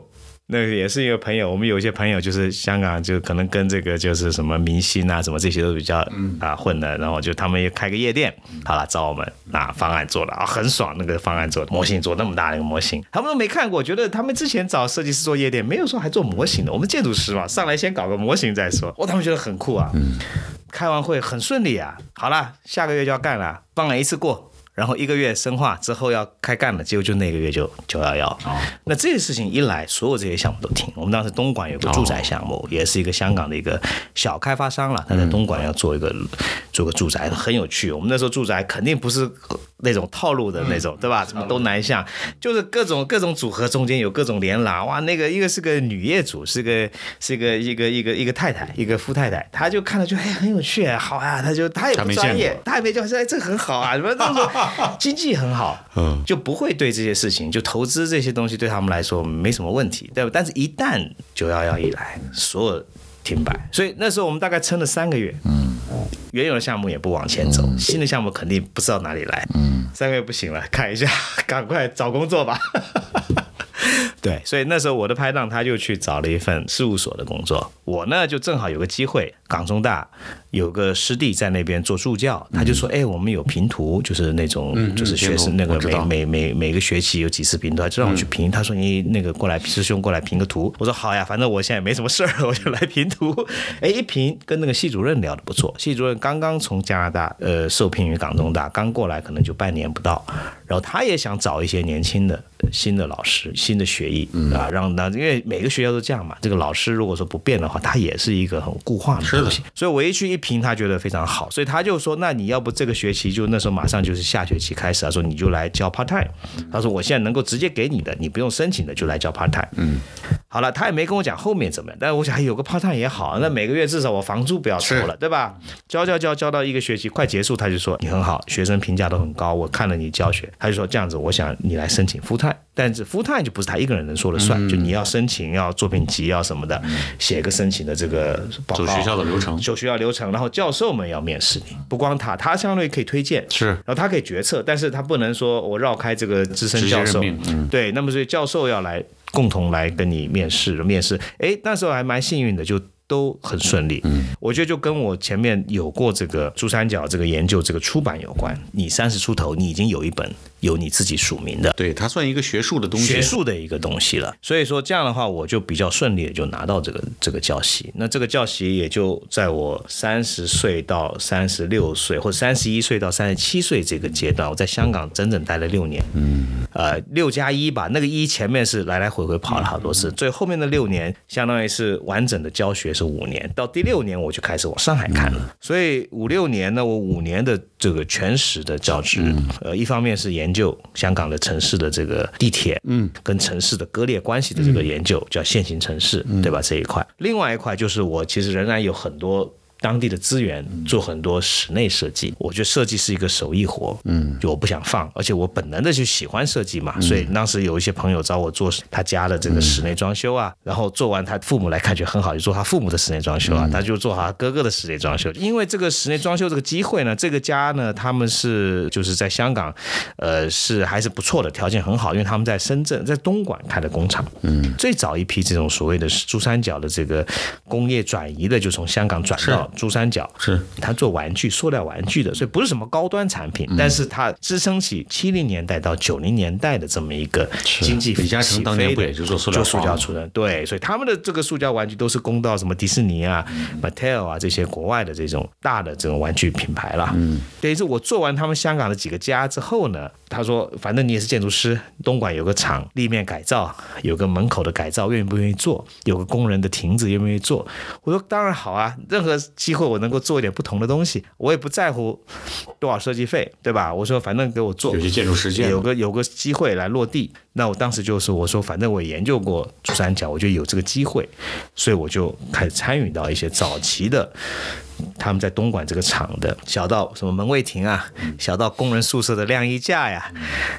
那个也是一个朋友，我们有一些朋友就是香港，就可能跟这个就是什么明星啊什么这些都比较混的，然后就他们也开个夜店，好了找我们方案做的很爽，那个方案做的模型做那么大的一个模型，他们都没看过，觉得他们之前找设计师做夜店没有说还做模型的，我们建筑师嘛，上来先搞个模型再说，他们觉得很酷啊，开完会很顺利啊，好了，下个月就要干了，方案一次过。然后1个月深化之后要开干了，结果就那个月就911。那这些事情一来，所有这些项目都停。我们当时东莞有个住宅项目，也是一个香港的一个小开发商了，他在东莞要做个住宅，很有趣。我们那时候住宅肯定不是那种套路的那种，对吧？什么东南向，就是各种组合中间有各种连廊。哇，那个一个是个女业主，是一个太太，一个富太太，她就看了就很有趣，好啊，她也不专业，她也没教，说这很好啊，什么那种。经济很好，就不会对这些事情，就投资这些东西对他们来说没什么问题，对吧？但是一旦911一来，所有停摆，所以那时候我们大概撑了3个月，原有的项目也不往前走，新的项目肯定不知道哪里来，3个月不行了，看一下，赶快找工作吧。对，所以那时候我的拍档他就去找了一份事务所的工作，我呢就正好有个机会，港中大有个师弟在那边做助教，他就说我们有评图，就是那种就是学生那个每个学期有几次评图，他就让我去评，他说你那个过来师兄过来评个图，我说好呀，反正我现在也没什么事儿，我就来评图。一评跟那个系主任聊得不错，系主任刚刚从加拿大受聘于港中大，刚过来可能就半年不到，然后他也想找一些年轻的新的老师，新的学艺因为每个学校都这样嘛，这个老师如果说不变的话，他也是一个很固化的东西，所以我一去一评，他觉得非常好，所以他就说那你要不这个学期就那时候马上就是下学期开始，他说你就来教 part time， 他说我现在能够直接给你的，你不用申请的就来教 part time。好了，他也没跟我讲后面怎么样，但是我想有个 part time 也好，那每个月至少我房租不要抽了，对吧？教到1个学期快结束，他就说你很好，学生评价都很高，我看了你教学，他就说这样子，我想你来申请 full time， 但是 full time 就不是他一个人能说了算，就你要申请，要作品集，要什么的，写个申请的这个报告， 走学校的流程， 走学校流程，然后教授们要面试你，不光他相对可以推荐， 是， 然后他可以决策，但是他不能说我绕开这个资深教授，对，那么所以教授要来共同来跟你面试，那时候还蛮幸运的，就都很顺利。我觉得就跟我前面有过这个珠三角这个研究这个出版有关。你30出头，你已经有一本有你自己署名的， 对，它算一个学术的东西， 学术的一个东西了。所以说这样的话，我就比较顺利的就拿到这个教席。那这个教席也就在我30岁到36岁，或者31岁到37岁这个阶段，我在香港整整待了6年。6+1吧，那个1前面是来来回回跑了好多次，最后面的6年相当于是完整的教学是5年，到第6年我就开始往上海看了。所以5-6年呢，我5年的这个全时的教职，一方面是研究香港的城市的这个地铁，跟城市的割裂关系的这个研究，叫现行城市，对吧？这一块，另外一块就是我其实仍然有很多当地的资源，做很多室内设计。我觉得设计是一个手艺活，就我不想放，而且我本能的就喜欢设计嘛，所以当时有一些朋友找我做他家的这个室内装修啊，然后做完他父母来看觉得很好，就做他父母的室内装修啊，他就做他哥哥的室内装修。因为这个室内装修这个机会呢，这个家呢，他们是就是在香港，是还是不错的，条件很好，因为他们在深圳，在东莞开的工厂，最早一批这种所谓的珠三角的这个工业转移的，就从香港转到珠三角，是他做玩具、塑料玩具的，所以不是什么高端产品，但是它支撑起70年代到90年代的这么一个经济起飞的。 李嘉诚当年不也是做塑料出身？对，所以他们的这个塑胶玩具都是供到什么迪士尼啊、Mattel 啊这些国外的这种大的这种玩具品牌啦。等于是我做完他们香港的几个家之后呢，他说反正你也是建筑师，东莞有个厂立面改造，有个门口的改造，愿不愿意做？有个工人的亭子，愿不愿意做？我说当然好啊，任何机会我能够做一点不同的东西，我也不在乎多少设计费，对吧？我说反正给我做， 有些建筑实践， 有个机会来落地。那我当时就是我说反正我也研究过珠三角，我觉得有这个机会，所以我就开始参与到一些早期的他们在东莞这个厂的，小到什么门卫亭啊，小到工人宿舍的晾衣架呀，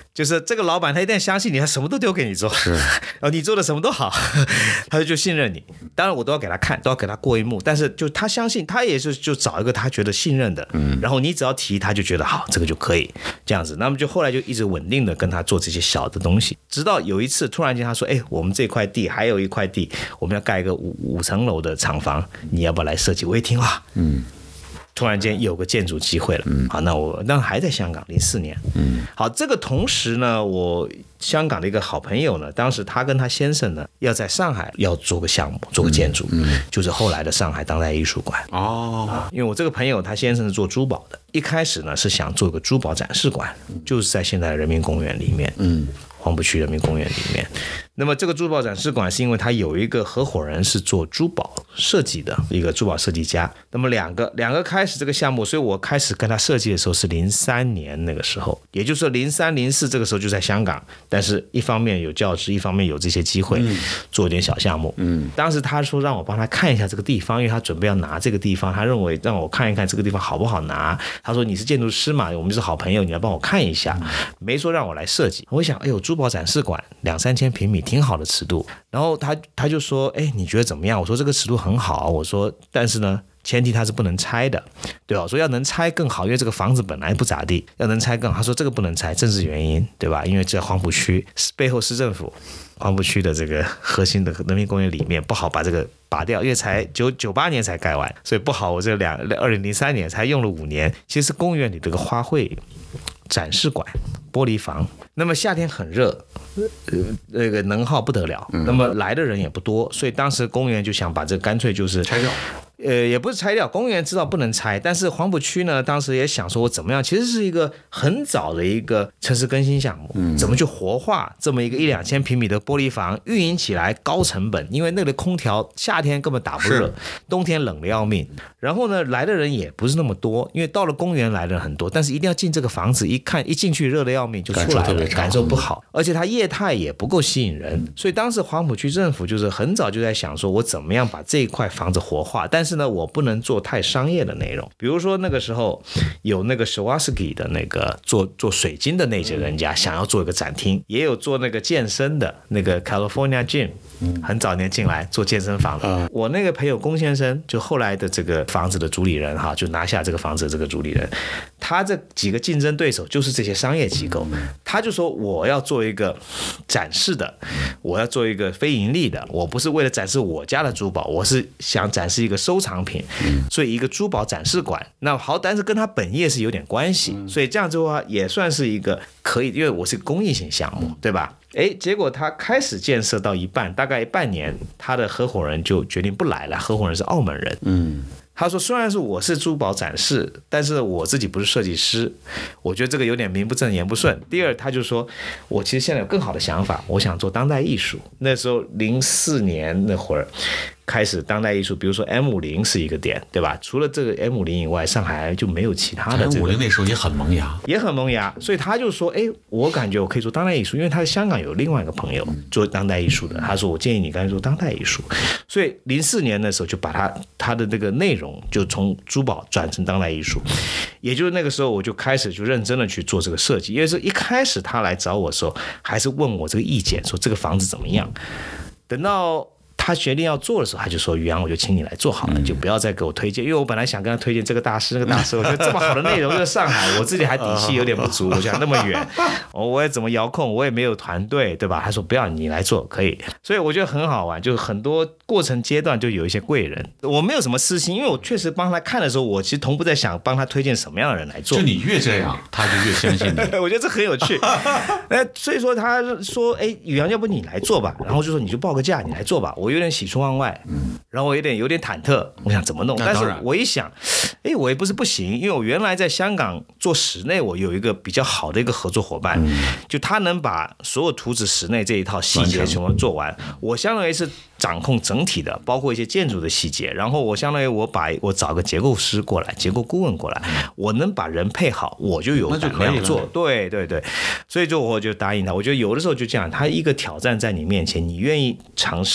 就是这个老板他一旦相信你，他什么都丢给你做， 是， 然后你做的什么都好，他就信任你。当然我都要给他看，都要给他过一幕，但是就他相信，他也是就找一个他觉得信任的，然后你只要提，他就觉得好，这个就可以这样子。那么就后来就一直稳定的跟他做这些小的东西，直到有一次突然间他说，我们这块地还有一块地，我们要盖一个5层楼的厂房，你要不要来设计？我一听啊，突然间有个建筑机会了，好，那我当时还在香港，04年，好，这个同时呢，我香港的一个好朋友呢，当时他跟他先生呢要在上海要做个项目，做个建筑，就是后来的上海当代艺术馆。因为我这个朋友他先生是做珠宝的，一开始呢是想做个珠宝展示馆，就是在现在的人民公园里面，黄埔区人民公园里面。那么这个珠宝展示馆是因为他有一个合伙人是做珠宝设计的一个珠宝设计家，那么两个开始这个项目，所以我开始跟他设计的时候是03年那个时候，也就是说03、04这个时候就在香港，但是一方面有教职，一方面有这些机会做一点小项目。当时他说让我帮他看一下这个地方，因为他准备要拿这个地方，他认为让我看一看这个地方好不好拿。他说你是建筑师嘛，我们是好朋友，你要帮我看一下，没说让我来设计。我想珠宝展示馆2-3千平米挺好的尺度，然后他就说你觉得怎么样？我说这个尺度很好，我说但是呢前提它是不能拆的，对吧？我说要能拆更好，因为这个房子本来不咋地，要能拆更好。他说这个不能拆，政治原因，对吧？因为这黄埔区背后市政府黄埔区的这个核心的人民公园里面不好把这个拔掉，因为才98年才盖完，所以不好。我这2003年才用了5年。其实公园里这个花卉展示馆玻璃房，那么夏天很热，那个能耗不得了，那么来的人也不多，所以当时公园就想把这个干脆就是拆掉。 也不是拆掉，公园知道不能拆，但是黄埔区呢，当时也想说我怎么样，其实是一个很早的一个城市更新项目，怎么去活化这么一个1-2千平米的玻璃房，运营起来高成本，因为那个空调夏天根本打不热，冬天冷的要命，然后呢来的人也不是那么多，因为到了公园来的人很多，但是一定要进这个房子，一进去热的要命就出来了，感受不好，而且它业态也不够吸引人，所以当时黄埔区政府就是很早就在想说我怎么样把这一块房子活化，但是呢我不能做太商业的内容，比如说那个时候有那个 Swarovski 的那个做水晶的那些人家想要做一个展厅，也有做那个健身的那个 California Gym， 很早年进来做健身房的。我那个朋友龚先生就后来的这个房子的主理人哈，就拿下这个房子的这个主理人，他这几个竞争对手就是这些商业机构，他就说我要做一个展示的，我要做一个非盈利的，我不是为了展示我家的珠宝，我是想展示一个收藏品，所以一个珠宝展示馆。那好，但是跟他本业是有点关系，所以这样子的话也算是一个可以，因为我是公益性项目，对吧？结果他开始建设到一半，大概半年，他的合伙人就决定不来了。合伙人是澳门人，他说虽然是我是珠宝展示，但是我自己不是设计师，我觉得这个有点名不正言不顺。第二，他就说我其实现在有更好的想法，我想做当代艺术。那时候04年那会儿开始当代艺术，比如说 M50是一个点，对吧？除了这个 M50以外，上海就没有其他的。 M50那时候也很萌芽， 也很萌芽，所以他就说，我感觉我可以做当代艺术，因为他在香港有另外一个朋友做当代艺术的，他说我建议你赶紧做当代艺术。所以04年的时候就把他的这个内容就从珠宝转成当代艺术，也就是那个时候我就开始就认真的去做这个设计，因为是一开始他来找我的时候还是问我这个意见，说这个房子怎么样，等到他决定要做的时候，他就说：“宇阳，我就请你来做好了，你就不要再给我推荐，因为我本来想跟他推荐这个大师、那个大师，我觉得这么好的内容在上海，我自己还底气有点不足，我想那么远，我也怎么遥控，我也没有团队，对吧？”他说：“不要，你来做可以。”所以我觉得很好玩，就是很多过程阶段就有一些贵人，我没有什么私心，因为我确实帮他看的时候，我其实同步在想帮他推荐什么样的人来做。 就你越这样，他就越相信你。 我觉得这很有趣。所以说他说：“宇阳，要不你来做吧？”然后就说：“你就报个价，你来做吧。”我有点喜出望外，然后我有点忐忑，我想怎么弄？但是我一想，我也不是不行，因为我原来在香港做室内，我有一个比较好的一个合作伙伴，就他能把所有图纸室内这一套细节全部做完，我相当于是掌控整体的，包括一些建筑的细节，然后我相当于我找个结构师过来，结构顾问过来，我能把人配好，我就有胆量做。对对对，所以我就答应他。我觉得有的时候就这样，他一个挑战在你面前，你愿意尝试，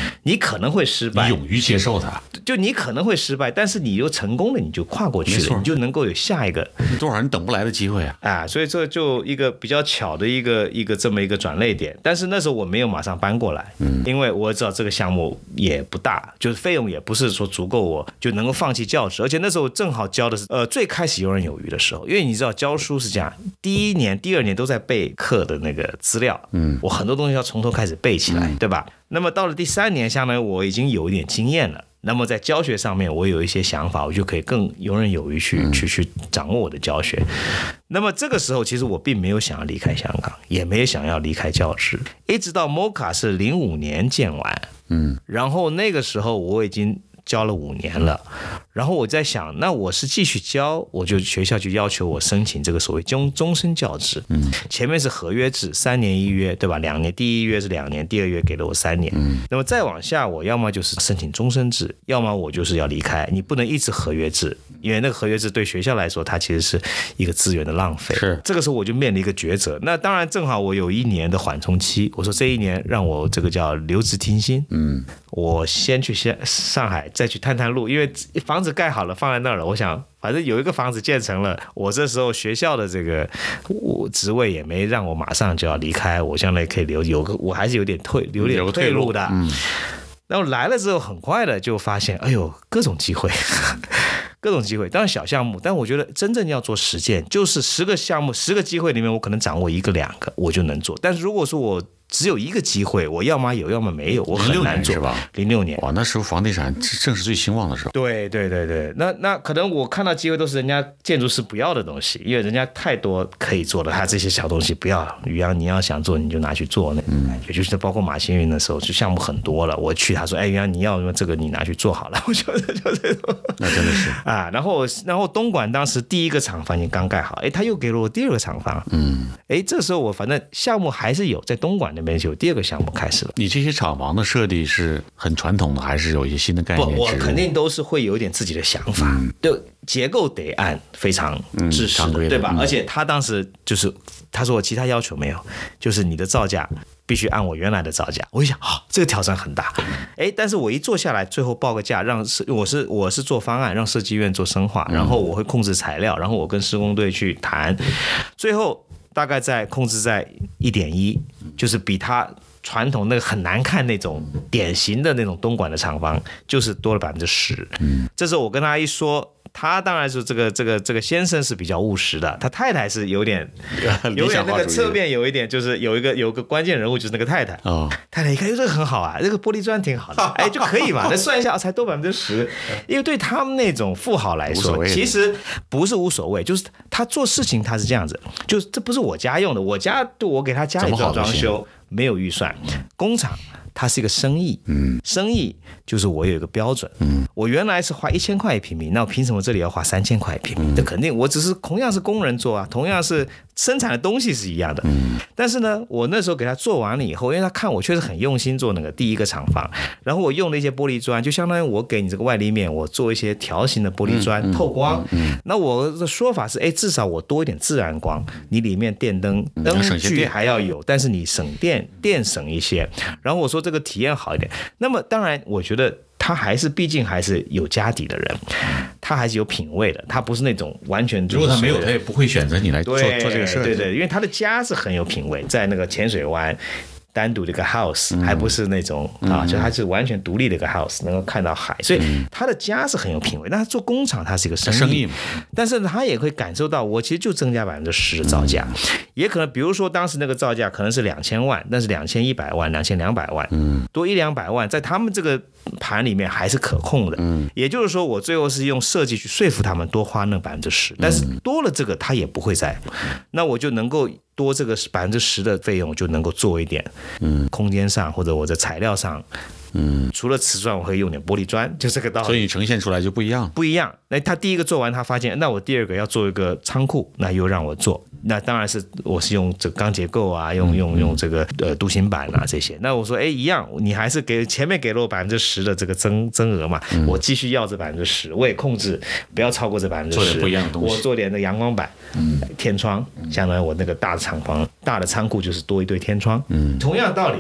你可能会失败， 你勇于接受它， 就你可能会失败，但是你又成功了，你就跨过去了，你就能够有下一个多少人等不来的机会啊！ 所以这就一个比较巧的一个这么一个转捩点。但是那时候我没有马上搬过来，因为我知道这个项目也不大，就是费用也不是说足够我就能够放弃教职，而且那时候正好教的是最开始游刃有余的时候，因为你知道教书是这样，第一年、第二年都在备课的那个资料，我很多东西要从头开始背起来，对吧？那么到了第3年，相当于我已经有一点经验了。那么在教学上面，我有一些想法，我就可以更游刃有余去掌握我的教学。那么这个时候，其实我并没有想要离开香港，也没有想要离开教职，一直到 MOCA 是05年建完，然后那个时候我已经教了5年了，然后我在想，那我是继续教，我就学校就要求我申请这个所谓终身教职，前面是合约制，3年1约，对吧？2年，第一约是2年，第二约给了我3年，那么再往下，我要么就是申请终身制，要么我就是要离开，你不能一直合约制，因为那个合约制对学校来说，它其实是一个资源的浪费。 是， 这个时候我就面临一个抉择。那当然正好我有1年的缓冲期，我说这1年让我这个叫留职停薪，我先去上海。再去探探路，因为房子盖好了放在那儿了，我想反正有一个房子建成了，我这时候学校的这个职位也没让我马上就要离开，我将来可以我还是有点退路的。然后来了之后，很快的就发现，哎呦，各种机会。各种机会，当然小项目，但我觉得真正要做实践，就是10个项目、10个机会里面，我可能掌握1个、2个，我就能做。但是如果说我只有1个机会，我要么有，要么没有，我很难做。 是吧 ？06年， 哇，那时候房地产正是最兴旺的时候。 对，那可能我看到机会都是人家建筑师不要的东西，因为人家太多可以做的，他这些小东西不要。宇阳，你要想做你就拿去做，那种感觉就是包括马新运的时候，就项目很多了，我去他说，哎，宇阳你要这个你拿去做好了，我觉得就这种。 那真的是啊，然后东莞当时第1个厂房已经刚盖好，他又给了我第2个厂房，这时候我反正项目还是有，在东莞那边就有第2个项目开始了。 你这些厂房的设计是很传统的，还是有一些新的概念？ 不，我肯定都是会有一点自己的想法，就结构得按非常制式的，对吧？而且他当时就是他说我其他要求没有，就是你的造价必须按我原来的造价。我一想，这个挑战很大，但是我一坐下来，最后报个价，我是做方案，让设计院做深化，然后我会控制材料，然后我跟施工队去谈，最后大概控制在1.1，就是比他传统那个很难看那种典型的那种东莞的厂房，就是多了10%。这时候我跟他一说。他当然是这个先生是比较务实的，他太太是有点那个侧面有一点，就是有个关键人物，就是那个太太。太太一看，这个很好啊，这个玻璃砖挺好的，就可以嘛。那算一下，才多10%，因为对他们那种富豪来说，其实不是无所谓，就是他做事情他是这样子，就是这不是我家用的，我家我给他家里做装修没有预算，工厂。它是一个生意，生意就是我有一个标准，我原来是花1000块1平米，那我凭什么这里要花3000块1平米？这肯定，我只是同样是工人做啊，同样是生产的东西是一样的，但是呢，我那时候给他做完了以后，因为他看我确实很用心做那个第1个厂房，然后我用了一些玻璃砖，就相当于我给你这个外立面，我做一些条形的玻璃砖，透光，那我的说法是，至少我多一点自然光，你里面电灯具还要有，但是你省电省一些，然后我说这个体验好一点。那么当然我觉得他毕竟还是有家底的人，他还是有品味的，他不是那种完全如果他没有，他也不会选择你来做这个事。 对，因为他的家是很有品味，在那个浅水湾单独的一个 house， 还不是那种就它是完全独立的一个 house， 能够看到海，所以他的家是很有品味。但他做工厂，他是一个生意嘛，但是他也会感受到，我其实就增加10%的造价，也可能比如说当时那个造价可能是2000万，但是2100万、2200万，多100-200万，在他们这个盘里面还是可控的。也就是说，我最后是用设计去说服他们多花那10%，但是多了这个他也不会再，那我就能够。多这个10%的费用就能够做一点，空间上或者我在材料上，除了瓷砖我会用点玻璃砖，就这个道理。 所以你呈现出来就不一样。 那他第1个做完，他发现那我第2个要做一个仓库，那又让我做，那当然是我是用这个钢结构啊，用这个镀锌板啊这些。那我说一样，你还是前面给了我10%的这个增额嘛，我继续要这10%，我也控制不要超过这10%， 做点不一样的东西。 我做点的阳光板，天窗，相当于我那个大的厂房、大的仓库就是多一堆天窗。同样道理。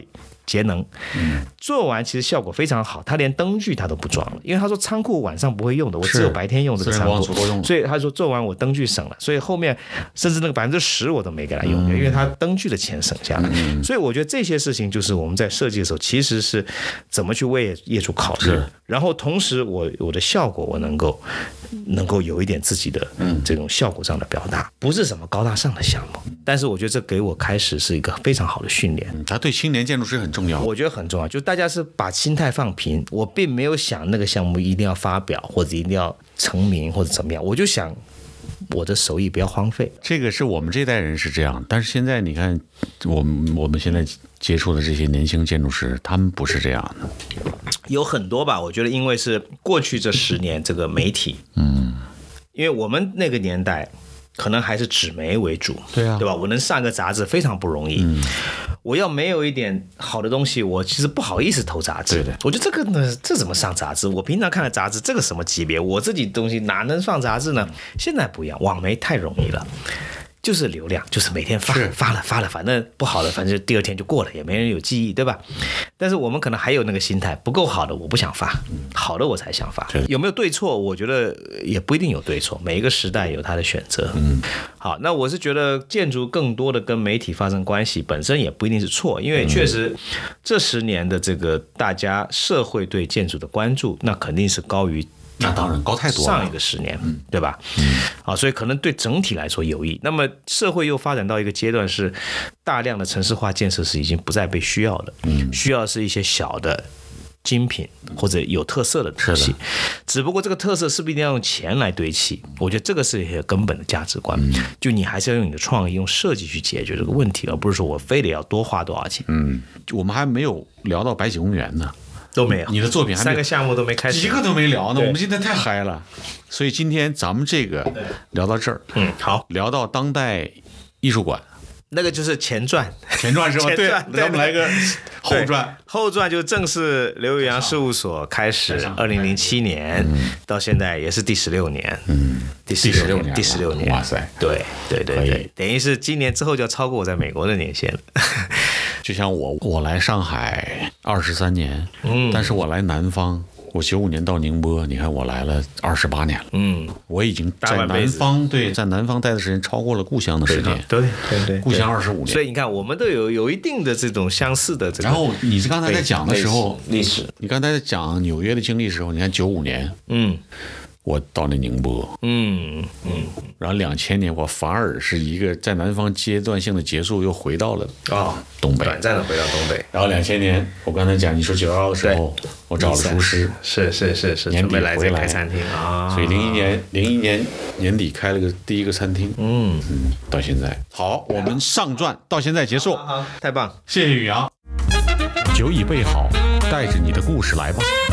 节能。做完其实效果非常好，他连灯具他都不装了，因为他说仓库晚上不会用的，我只有白天用这个仓库，所以他说做完我灯具省了，所以后面甚至那个10%我都没给他用，因为他灯具的钱省下来。所以我觉得这些事情就是我们在设计的时候，其实是怎么去为业主考虑，然后同时我的效果我能够有一点自己的这种效果上的表达，不是什么高大上的项目，但是我觉得这给我开始是一个非常好的训练。 它对青年建筑师很重要， 我觉得很重要，就大家是把心态放平，我并没有想那个项目一定要发表或者一定要成名或者怎么样，我就想我的手艺不要荒废。 这个是我们这代人是这样，但是现在你看我们现在接触的这些年轻建筑师，他们不是这样的。 有很多吧，我觉得因为是过去这10年这个媒体，因为我们那个年代可能还是纸媒为主，对吧？我能上个杂志非常不容易，我要没有一点好的东西，我其实不好意思投杂志。我觉得这个呢，这怎么上杂志？我平常看的杂志，这个什么级别？我自己东西哪能上杂志呢？现在不一样，网媒太容易了。就是流量，就是每天发了，反正不好的，反正第二天就过了，也没人有记忆，对吧？但是我们可能还有那个心态，不够好的我不想发，好的我才想发。有没有对错？我觉得也不一定有对错，每一个时代有它的选择。好，那我是觉得建筑更多的跟媒体发生关系，本身也不一定是错，因为确实这10年的这个大家社会对建筑的关注，那肯定是高于。 那当然高太多了， 上一个10年，对吧？所以可能对整体来说有益。那么社会又发展到一个阶段，是大量的城市化建设是已经不再被需要的，需要是一些小的精品或者有特色的东西。只不过这个特色是不是一定要用钱来堆砌？我觉得这个是一个根本的价值观。就你还是要用你的创意、用设计去解决这个问题，而不是说我非得要多花多少钱。 我们还没有聊到白起公园呢。 都没有， 你的作品还没 3个项目都没开始， 一个都没聊呢。我们今天太嗨了，所以今天咱们这个聊到这儿。 好， 聊到当代艺术馆， 那个就是前传是吧？对，咱们来个后传。 后传就正是刘宇阳事务所开始，2007年到现在也是第16年。第16年， 哇塞！ 对，等于是今年之后就要超过我在美国的年限了。 就像我来上海23年，但是我来南方，我95年到宁波，你看我来了28年了，我已经在南方，在南方待的时间超过了故乡的时间， 对， 故乡25年， 所以你看我们都有一定的这种相似的这个。 然后你刚才在讲的时候， 历史， 你刚才在讲纽约的经历的时候，你看95年，我到了宁波，然后2000年我反而是一个在南方阶段性的结束，又回到了东北， 短暂的回到东北。 然后2000年，我刚才讲你说9·22的时候，我找了厨师， 是年底回来开餐厅啊， 所以01年年底开了个第一个餐厅，到现在。好，我们上传到现在结束， 太棒， 谢谢宇阳，酒已备好，带着你的故事来吧。